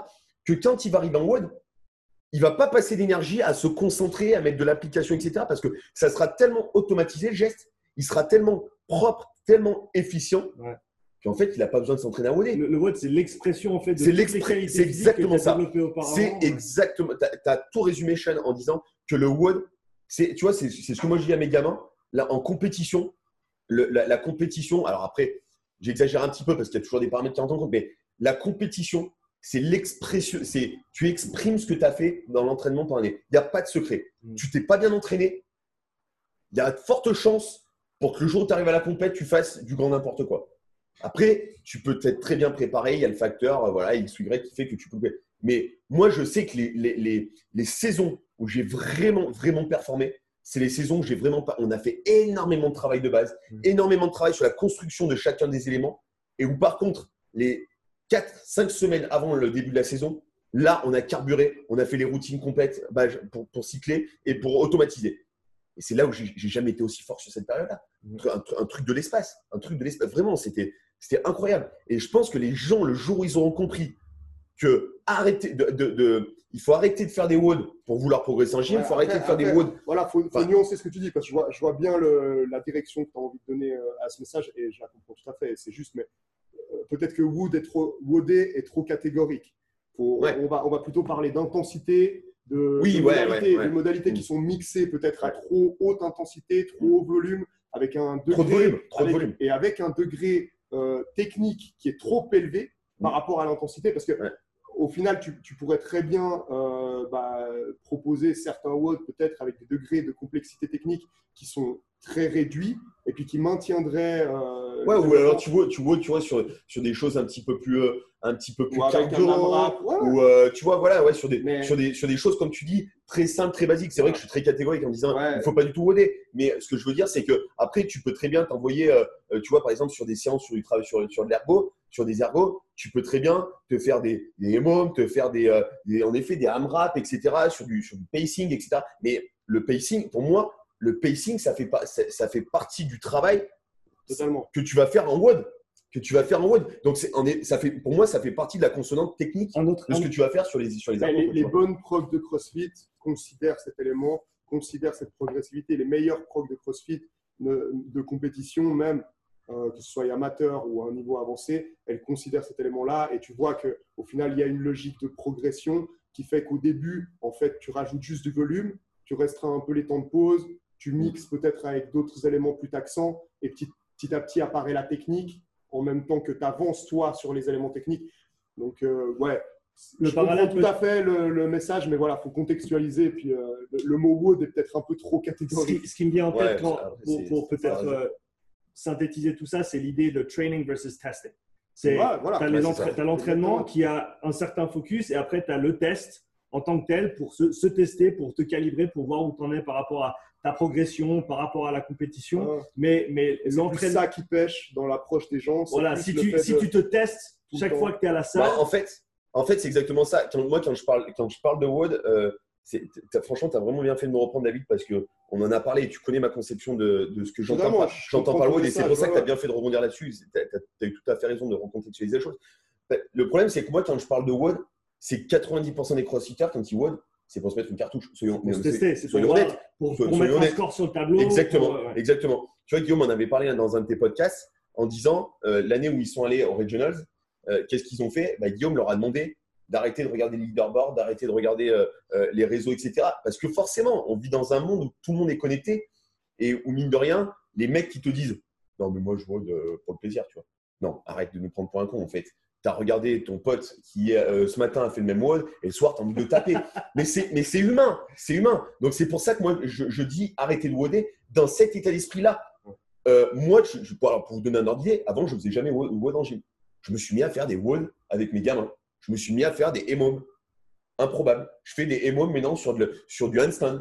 A: que quand il va arriver en WOD, il ne va pas passer d'énergie à se concentrer, à mettre de l'application, et cetera. Parce que ça sera tellement automatisé, le geste, il sera tellement propre, tellement efficient, ouais. qu'en fait, il n'a pas besoin de s'entraîner à WOD.
D: Le, le WOD, c'est l'expression en fait de
A: c'est l'expression, c'est exactement ça. C'est
D: ouais.
A: exactement. Tu as tout résumé, Sean, en disant que le WOD, c'est, tu vois, c'est, c'est ce que moi je dis à mes gamins. Là, en compétition, le, la, la compétition, alors après, j'exagère un petit peu parce qu'il y a toujours des paramètres qui rentrent en compte, mais la compétition, c'est l'expression, c'est tu exprimes ce que tu as fait dans l'entraînement pendant l'année. Il n'y a pas de secret. Mmh. Tu t'es pas bien entraîné, il y a de fortes chances pour que le jour où tu arrives à la compète, tu fasses du grand n'importe quoi. Après, tu peux être très bien préparé, il y a le facteur voilà, X ou Y qui fait que tu peux. Mais moi, je sais que les, les, les, les saisons où j'ai vraiment, vraiment performé, c'est les saisons où j'ai vraiment pas. On a fait énormément de travail de base, mmh. énormément de travail sur la construction de chacun des éléments, et où par contre, les quatre cinq semaines avant le début de la saison, là, on a carburé, on a fait les routines complètes bah, pour, pour cycler et pour automatiser. Et c'est là où j'ai, j'ai jamais été aussi fort sur cette période-là. Un, un truc de l'espace, un truc de l'espace. Vraiment, c'était, c'était incroyable. Et je pense que les gens, le jour où ils auront compris que arrêter de, de, de, il faut arrêter de faire des WOD pour vouloir progresser en gym, il ouais, faut arrêter après, de faire après, des WOD.
B: Voilà, il faut, faut enfin, nuancer ce que tu dis, parce que je vois, je vois bien le, la direction que tu as envie de donner à ce message et je la comprends tout à fait. C'est juste, mais peut-être que WOD est trop, WODé est trop catégorique. Faut, ouais. on, va, on va plutôt parler d'intensité, de,
A: oui,
B: de
A: ouais,
B: modalités,
A: ouais, ouais.
B: de modalités qui sont mixées peut-être à trop haute intensité, trop haut volume, avec un degré,
A: trop de volume, trop
B: avec,
A: de volume.
B: et avec un degré euh, technique qui est trop élevé par rapport à l'intensité, parce que ouais. au final, tu, tu pourrais très bien euh, bah, proposer certains WOD peut-être avec des degrés de complexité technique qui sont très réduits et puis qui maintiendraient. Euh,
A: ouais, ou alors tu vois, tu vois, tu vois sur, sur des choses un petit peu plus, euh, un petit peu plus cardio, ouais. ou euh, tu vois, voilà, ouais, sur des, mais... sur des, sur des choses comme tu dis très simples, très basiques. C'est ouais. vrai que je suis très catégorique en disant ouais. il ne faut pas du tout WODer. Mais ce que je veux dire, c'est que après, tu peux très bien t'envoyer, euh, tu vois, par exemple, sur des séances sur du travail sur, sur de l'ergo, sur des ergos, tu peux très bien te faire des, des M O M, te faire des, euh, des, en effet, des AMRAP, et cetera, sur du, sur du pacing, et cetera. Mais le pacing, pour moi, le pacing, ça fait, pas, ça, ça fait partie du travail
B: Totalement.
A: que tu vas faire en WOD. Que tu vas faire en WOD. Donc, c'est, est, ça fait, pour moi, ça fait partie de la consonante technique un autre, de ce que tu vas faire sur les sur les ergos.
B: Les, les bonnes procs de CrossFit considèrent cet élément, considèrent cette progressivité. Les meilleurs procs de CrossFit de, de compétition, même euh, que ce soit amateur ou à un niveau avancé, elles considèrent cet élément-là. Et tu vois qu'au final, il y a une logique de progression qui fait qu'au début, en fait, tu rajoutes juste du volume, tu restreins un peu les temps de pause, tu mixes peut-être avec d'autres éléments plus taxants et petit, petit à petit apparaît la technique en même temps que tu avances toi sur les éléments techniques. Donc, euh, ouais, le je comprends tout peut... à fait le, le message, mais voilà, il faut contextualiser. Et puis, euh, le, le mot WOD est peut-être un peu trop catégorique.
D: Ce qui, ce qui me vient en tête ouais, quand, pour, pour peut-être euh, synthétiser tout ça, c'est l'idée de training versus testing. C'est, ouais, voilà, tu as, ouais, entra- l'entraînement qui a un certain focus et après, tu as le test en tant que tel pour se, se tester, pour te calibrer, pour voir où tu en es par rapport à ta progression, par rapport à la compétition. Ouais. Mais, mais
B: l'entraînement… C'est ça qui pêche dans l'approche des gens.
D: Voilà, si, tu, si de… tu te testes chaque fois que tu es à la salle…
A: Bah, en, fait, en fait, c'est exactement ça. Quand, moi, quand je parle, quand je parle de WOD, euh, c'est, t'as, franchement, tu as vraiment bien fait de me reprendre, David, parce qu'on en a parlé et tu connais ma conception de, de ce que j'entends par, j'entends par le WOD. Et c'est pour ça que tu as bien fait de rebondir là-dessus. Tu as eu tout à fait raison de recontextualiser les choses. Le problème, c'est que moi, quand je parle de WOD, c'est quatre-vingt-dix pour cent des crossfitters, quand ils WOD, c'est pour se mettre une cartouche. Soyons,
D: pour se tester, c'est
A: soyons honnêtes.
D: Pour, pour, pour mettre un score sur le tableau.
A: Exactement,
D: pour, ouais.
A: exactement. Tu vois, Guillaume en avait parlé dans un de tes podcasts en disant euh, l'année où ils sont allés aux Regionals, euh, qu'est-ce qu'ils ont fait bah, Guillaume leur a demandé d'arrêter de regarder les leaderboards, d'arrêter de regarder euh, euh, les réseaux, et cetera. Parce que forcément, on vit dans un monde où tout le monde est connecté et où, mine de rien, les mecs qui te disent « Non, mais moi, je WOD euh, pour le plaisir, tu vois. » Non, arrête de nous prendre pour un con, en fait. Tu as regardé ton pote qui euh, ce matin a fait le même WOD et le soir tu as envie de le taper. mais, c'est, mais c'est humain, c'est humain. Donc c'est pour ça que moi je, je dis arrêtez de WODer dans cet état d'esprit-là. Euh, moi, je, je, pour, pour vous donner un ordre d'idée, avant je ne faisais jamais WOD en gym. Je me suis mis à faire des WOD avec mes gamins. Je me suis mis à faire des M O M. Improbable. Je fais des M O M maintenant sur, de, sur du handstand.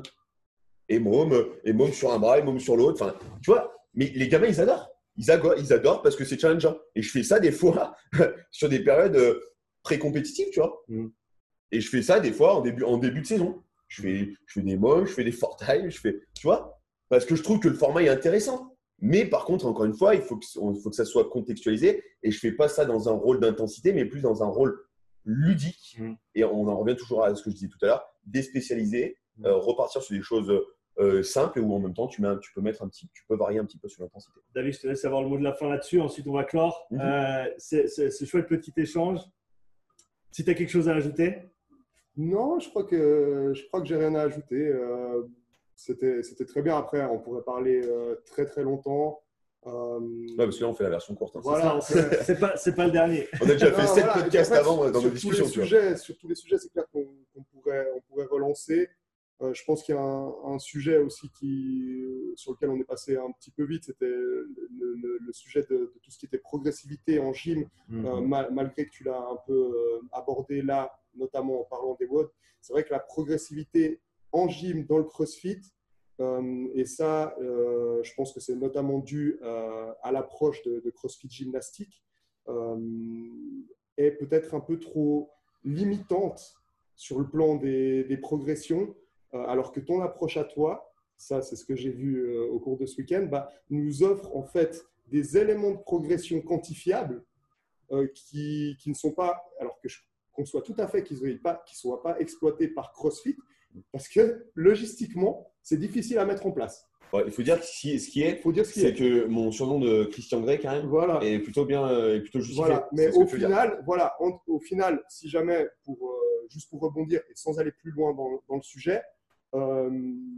A: M O M, M O M sur un bras, M O M sur l'autre. Enfin, tu vois, mais les gamins ils adorent. Ils adorent, ils adorent parce que c'est challengeant. Et je fais ça des fois sur des périodes euh, pré-compétitives, tu vois. Mm. Et je fais ça des fois en début, en début de saison. Je fais, je fais des moms, je fais des four time, je fais, tu vois, parce que je trouve que le format est intéressant. Mais par contre, encore une fois, il faut que, il faut que ça soit contextualisé. Et je ne fais pas ça dans un rôle d'intensité, mais plus dans un rôle ludique.
C: Mmh.
A: Et on en revient toujours à ce que je disais tout à l'heure, déspécialiser, mmh. euh, repartir sur des choses euh, simples et où en même temps tu, mets, tu peux mettre un petit, tu peux varier un petit peu sur l'intensité.
C: David, je te laisse avoir le mot de la fin là-dessus. Ensuite, on va clore. Mmh. Euh, c'est, c'est, c'est chouette petit échange. Si tu as quelque chose à ajouter.
B: Non, je crois que je crois que j'ai rien à ajouter. Euh, c'était, c'était très bien. Après, on pourrait parler euh, très très longtemps.
A: Euh, ouais, parce que là, on fait la version courte. Hein,
B: voilà,
C: c'est, ça, c'est pas c'est pas le dernier.
A: On a déjà fait sept voilà, podcasts en fait, avant dans nos discussions.
B: Tous les sujets, sur tous les sujets, c'est clair qu'on, qu'on pourrait on pourrait relancer. Euh, je pense qu'il y a un, un sujet aussi qui, sur lequel on est passé un petit peu vite, c'était le, le, le sujet de, de tout ce qui était progressivité en gym, mm-hmm. euh, mal, malgré que tu l'as un peu euh, abordé là, notamment en parlant des W O D. C'est vrai que la progressivité en gym dans le CrossFit, euh, et ça, euh, je pense que c'est notamment dû euh, à l'approche de, de CrossFit gymnastique, euh, est peut-être un peu trop limitante sur le plan des, des progressions. Alors que ton approche à toi, ça c'est ce que j'ai vu euh, au cours de ce week-end, bah, nous offre en fait des éléments de progression quantifiables euh, qui, qui ne sont pas, alors que je conçois tout à fait qu'ils ne pas, qu'ils soient pas exploités par CrossFit, parce que logistiquement, c'est difficile à mettre en place.
A: Ouais, il faut dire que ce qui est,
B: faut dire ce qui
A: c'est
B: est.
A: que mon surnom de Christian Grey quand même
B: voilà.
A: est plutôt bien, euh, est plutôt justifié.
B: Voilà. Mais au final, voilà, en, au final, si jamais, pour, euh, juste pour rebondir et sans aller plus loin dans, dans le sujet, Euh,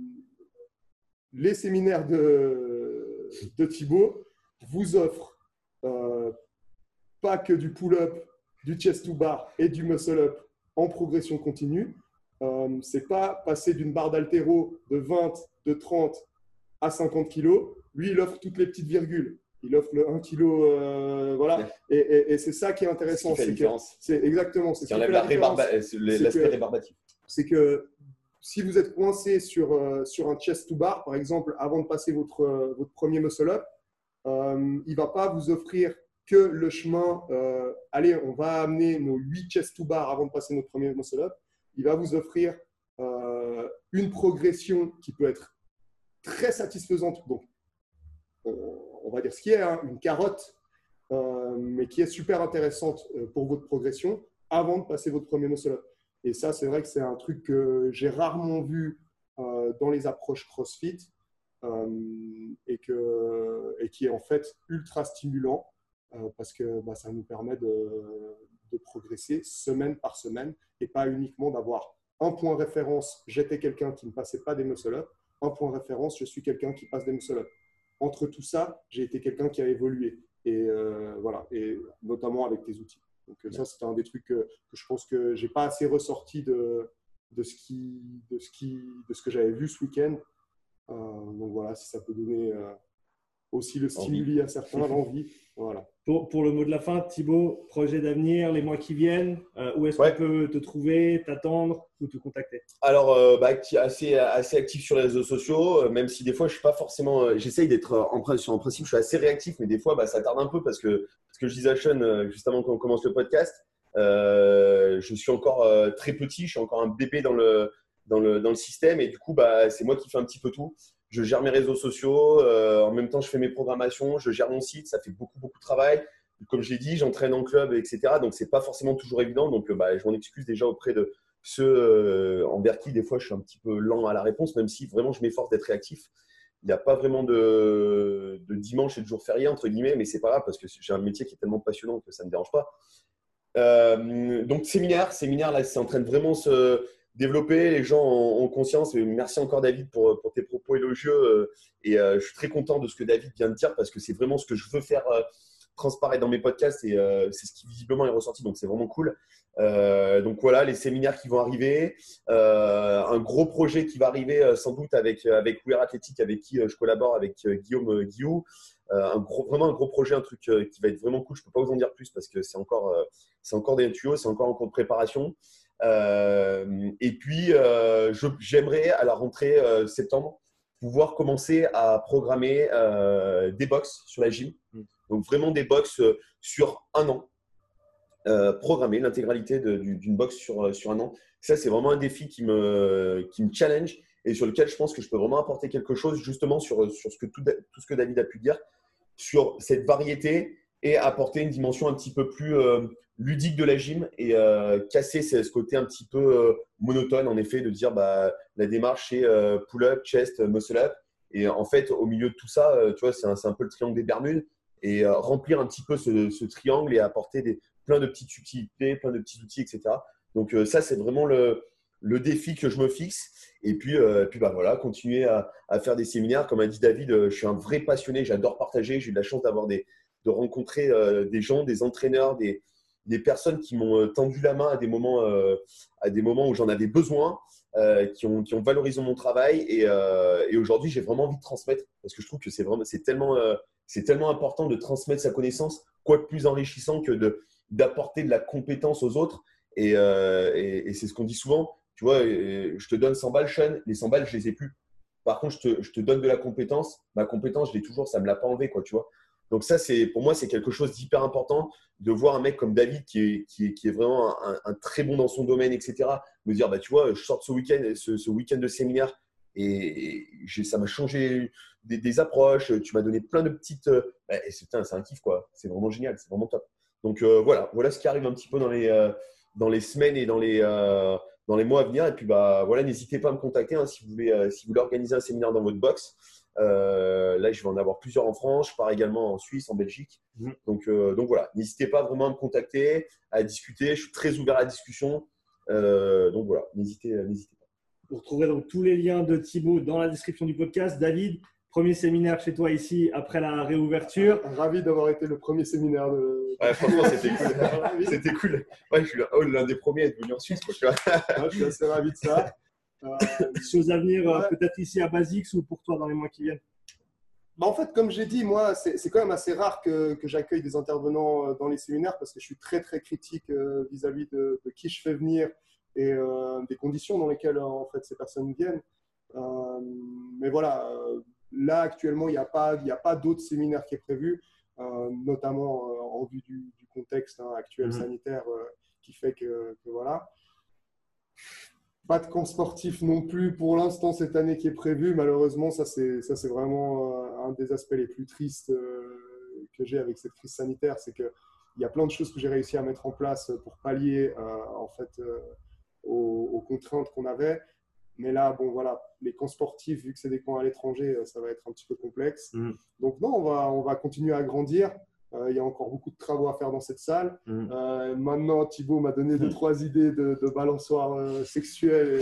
B: les séminaires de, de Thibaut vous offrent euh, pas que du pull-up, du chest to bar et du muscle-up en progression continue. Euh, c'est pas passer d'une barre d'haltéro de vingt, de trente à cinquante kilos. Lui, il offre toutes les petites virgules. Il offre le un kilo, euh, voilà. Ouais. Et, et, et c'est ça qui est intéressant.
A: C'est,
B: c'est, que, c'est exactement. C'est,
A: c'est ce qui fait la rébarba, c'est l'aspect
B: que,
A: rébarbatif.
B: C'est que si vous êtes coincé sur, euh, sur un chest to bar, par exemple, avant de passer votre, euh, votre premier muscle-up, euh, il ne va pas vous offrir que le chemin, euh, allez, on va amener nos huit chest to bar avant de passer notre premier muscle-up. Il va vous offrir euh, une progression qui peut être très satisfaisante. Donc, on va dire ce qui est, hein, une carotte, euh, mais qui est super intéressante pour votre progression avant de passer votre premier muscle-up. Et ça, c'est vrai que c'est un truc que j'ai rarement vu euh, dans les approches CrossFit euh, et, que, et qui est en fait ultra stimulant euh, parce que bah, ça nous permet de, de progresser semaine par semaine et pas uniquement d'avoir un point référence, j'étais quelqu'un qui ne passait pas des muscle-up, un point référence, je suis quelqu'un qui passe des muscle-up. Entre tout ça, j'ai été quelqu'un qui a évolué et euh, voilà, et notamment avec tes outils. Donc ça, c'était un des trucs que, que je pense que j'ai pas assez ressorti de, de, ce, qui, de, ce, qui, de ce que j'avais vu ce week-end. Euh, donc voilà, si ça peut donner euh, aussi le stimuli envie. À certains, l'envie. Voilà.
C: Pour, pour le mot de la fin, Thibaut, projet d'avenir, les mois qui viennent, euh, où est-ce
A: ouais.
C: qu'on peut te trouver, t'attendre ou te contacter?
A: Alors, euh, bah, assez, assez actif sur les réseaux sociaux, euh, même si des fois, je suis pas forcément… Euh, j'essaye d'être, en, en principe, je suis assez réactif, mais des fois, bah, ça tarde un peu parce que, parce que je disais à Sean, euh, juste avant qu'on commence le podcast, euh, je suis encore euh, très petit, je suis encore un bébé dans le, dans le, dans le système et du coup, bah, c'est moi qui fais un petit peu tout. Je gère mes réseaux sociaux, euh, en même temps, je fais mes programmations, je gère mon site, ça fait beaucoup, beaucoup de travail. Comme je l'ai dit, j'entraîne en club, et cetera. Donc, ce n'est pas forcément toujours évident. Donc, bah, je m'en excuse déjà auprès de ceux euh, envers qui, des fois, je suis un petit peu lent à la réponse, même si vraiment, je m'efforce d'être réactif. Il n'y a pas vraiment de, de dimanche et de jour férié, entre guillemets, mais ce n'est pas grave parce que j'ai un métier qui est tellement passionnant que ça ne me dérange pas. Euh, donc, séminaire, séminaire, là, c'est en train de vraiment se développer. Les gens ont, ont conscience. Et merci encore, David, pour, pour tes propos élogieux. Et euh, je suis très content de ce que David vient de dire parce que c'est vraiment ce que je veux faire euh, transparaître dans mes podcasts et euh, c'est ce qui visiblement est ressorti. Donc, c'est vraiment cool. Euh, donc, voilà, les séminaires qui vont arriver. Euh, un gros projet qui va arriver euh, sans doute avec, avec Wear Athletic, avec qui euh, je collabore, avec euh, Guillaume euh, Guillou. Euh, un gros, vraiment un gros projet, un truc euh, qui va être vraiment cool. Je ne peux pas vous en dire plus parce que c'est encore, euh, c'est encore des tuyaux, c'est encore en cours de préparation. Euh, et puis, euh, je, j'aimerais à la rentrée euh, septembre pouvoir commencer à programmer euh, des box sur la gym. Donc, vraiment des box euh, sur un an. Euh, programmer l'intégralité de, du, d'une box sur, sur un an. Ça, c'est vraiment un défi qui me, qui me challenge et sur lequel je pense que je peux vraiment apporter quelque chose justement sur, sur ce que tout, tout ce que David a pu dire, sur cette variété et apporter une dimension un petit peu plus euh, ludique de la gym et euh, casser ce, ce côté un petit peu euh, monotone, en effet, de dire bah, la démarche c'est euh, pull-up, chest, muscle-up. Et en fait, au milieu de tout ça, euh, tu vois, c'est un, c'est un peu le triangle des Bermudes. Et euh, remplir un petit peu ce, ce triangle et apporter des, plein de petites utilités, plein de petits outils, et cetera. Donc euh, ça, c'est vraiment le, le défi que je me fixe. Et puis, euh, puis bah, voilà, continuer à, à faire des séminaires. Comme a dit David, euh, je suis un vrai passionné, j'adore partager. J'ai eu de la chance d'avoir des, de rencontrer euh, des gens, des entraîneurs, des, des personnes qui m'ont euh, tendu la main à des moments, euh, à des moments où j'en avais besoin, euh, qui, ont, qui ont valorisé mon travail. Et, euh, et aujourd'hui, j'ai vraiment envie de transmettre parce que je trouve que c'est vraiment, c'est tellement… Euh, C'est tellement important de transmettre sa connaissance, quoi de plus enrichissant que de, d'apporter de la compétence aux autres. Et, euh, et, et c'est ce qu'on dit souvent. Tu vois, je te donne cent balles, Sean, les cent balles, je ne les ai plus. Par contre, je te, je te donne de la compétence. Ma compétence, je l'ai toujours, ça ne me l'a pas enlevé, quoi, tu vois. Donc ça, c'est, pour moi, c'est quelque chose d'hyper important de voir un mec comme David qui est, qui est, qui est vraiment un, un très bon dans son domaine, et cetera. Me dire, bah, tu vois, je sors ce week-end, ce, ce week-end de séminaire et, et ça m'a changé des, des approches. Tu m'as donné plein de petites… Bah, et c'est, c'est un kiff, quoi. C'est vraiment génial, c'est vraiment top. Donc euh, voilà, voilà ce qui arrive un petit peu dans les, euh, dans les semaines et dans les, euh, dans les mois à venir. Et puis bah, voilà, n'hésitez pas à me contacter hein, si, vous voulez, euh, si vous voulez organiser un séminaire dans votre box. Euh, là, je vais en avoir plusieurs en France. Je pars également en Suisse, en Belgique. Mmh. Donc, euh, donc voilà, n'hésitez pas vraiment à me contacter, à discuter. Je suis très ouvert à la discussion. Euh, donc voilà, n'hésitez, n'hésitez pas.
D: Vous retrouverez donc tous les liens de Thibaut dans la description du podcast. David, premier séminaire chez toi ici après la réouverture.
B: Ravi d'avoir été le premier séminaire de…
A: Ouais, franchement, c'était cool. C'était cool. Ouais, je suis oh, l'un des premiers à être venu en Suisse. Quoi, tu vois.
B: Ouais, je suis assez ravi de ça.
D: Euh, Chose à venir, ouais. Peut-être ici à Basics ou pour toi dans les mois qui viennent?
B: Bah en fait, comme j'ai dit, moi, c'est, c'est quand même assez rare que, que j'accueille des intervenants dans les séminaires parce que je suis très, très critique vis-à-vis de, de qui je fais venir et euh, des conditions dans lesquelles en fait, ces personnes viennent. Euh, mais voilà, euh, là, actuellement, il n'y a pas, il n'y a pas d'autres séminaires qui est prévu, euh, notamment euh, en vue du, du contexte hein, actuel mmh. sanitaire euh, qui fait que, que voilà. Pas de camp sportif non plus pour l'instant cette année qui est prévu. Malheureusement, ça c'est, ça, c'est vraiment euh, un des aspects les plus tristes euh, que j'ai avec cette crise sanitaire. C'est qu'il y a plein de choses que j'ai réussi à mettre en place pour pallier euh, en fait, euh, aux, aux contraintes qu'on avait. Mais là, bon, voilà, les camps sportifs, vu que c'est des camps à l'étranger, ça va être un petit peu complexe. Mmh. Donc non, on va, on va continuer à grandir. Euh, il y a encore beaucoup de travaux à faire dans cette salle. Mmh. Euh, maintenant, Thibaut m'a donné deux, trois idées de, de balançoires euh, sexuelles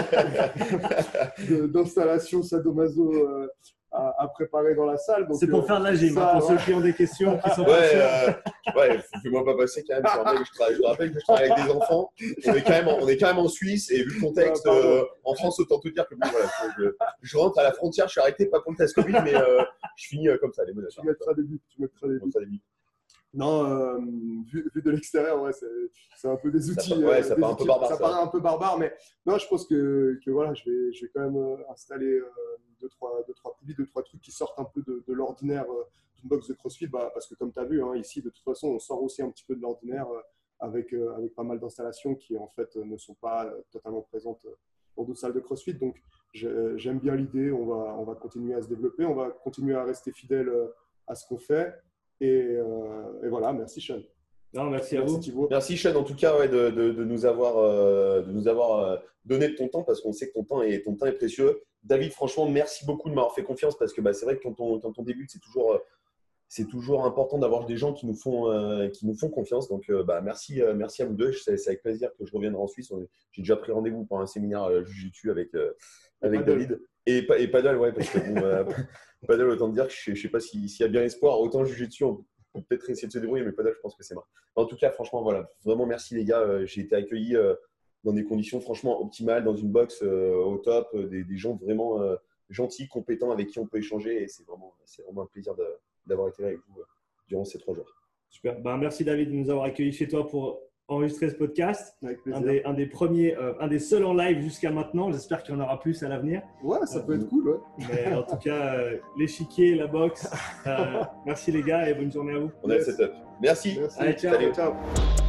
B: et de, d'installation sadomaso euh, à, à préparer dans la salle. Donc,
D: c'est pour
B: euh,
D: faire de la gym, hein, pour ouais. ceux qui ont des questions. Qui sont
A: ouais, euh, ouais, fais-moi pas passer quand même. Je, travaille, je te rappelle que je travaille avec des enfants. On est quand même en, on est quand même en Suisse et vu le contexte, ouais, euh, en France, autant te dire que bon, voilà, je, je rentre à la frontière, je suis arrêté, pas pour le test Covid, mais euh, je finis euh, comme ça. Les
B: tu mettras des buts. Tu mettras des buts. Non, euh, vu, vu de l'extérieur, ouais, c'est, c'est un peu des outils.
A: Ça, ouais,
B: euh,
A: ça
B: des
A: paraît un peu barbare.
B: Ça, ça paraît un peu barbare, mais non, je pense que, que voilà, je vais, je vais quand même euh, installer euh, deux, trois, deux, trois poulies, deux, trois trucs qui sortent un peu de, de l'ordinaire euh, d'une box de CrossFit, bah, parce que comme tu as vu, hein, ici, de toute façon, on sort aussi un petit peu de l'ordinaire euh, avec, euh, avec pas mal d'installations qui, en fait, ne sont pas euh, totalement présentes dans d'autres salles de CrossFit. Donc, je, j'aime bien l'idée. On va, on va continuer à se développer. On va continuer à rester fidèle euh, à ce qu'on fait. Et, euh, et voilà, merci Sean.
D: Non, merci à merci, vous.
B: Thibaut.
A: Merci Sean, en tout cas, ouais, de, de, de nous avoir, euh, de nous avoir euh, donné de ton temps parce qu'on sait que ton temps est, ton temps est précieux. David, franchement, merci beaucoup de m'avoir fait confiance parce que bah, c'est vrai que quand on, quand on débute, c'est toujours, euh, c'est toujours important d'avoir des gens qui nous font, euh, qui nous font confiance. Donc, euh, bah, merci, euh, merci à vous deux. C'est, c'est avec plaisir que je reviendrai en Suisse. J'ai déjà pris rendez-vous pour un séminaire euh, Jiu-Jitsu avec, euh, avec David. Et, et paddle, ouais, parce que bon, euh, paddle, autant dire que je ne sais pas s'il, s'il y a bien espoir. Autant Jiu-Jitsu, on peut peut-être essayer de se débrouiller, mais paddle, je pense que c'est mort. En tout cas, franchement, voilà, vraiment merci les gars. Euh, j'ai été accueilli euh, dans des conditions franchement optimales, dans une box euh, au top, euh, des, des gens vraiment euh, gentils, compétents avec qui on peut échanger. Et c'est vraiment, c'est vraiment un plaisir de, d'avoir été là avec vous euh, durant ces trois jours.
D: Super. Ben, merci David de nous avoir accueillis chez toi pour enregistrer ce podcast. Un des, un des premiers, euh, un des seuls en live jusqu'à maintenant. J'espère qu'il y en aura plus à l'avenir.
B: Ouais, ça euh, peut être cool. Ouais.
D: Mais en tout cas, euh, l'échiquier, la boxe. Euh, merci les gars et bonne journée à vous.
A: On a le setup. Merci.
B: Merci.
D: Allez, ciao.
A: Salut.
B: Ciao.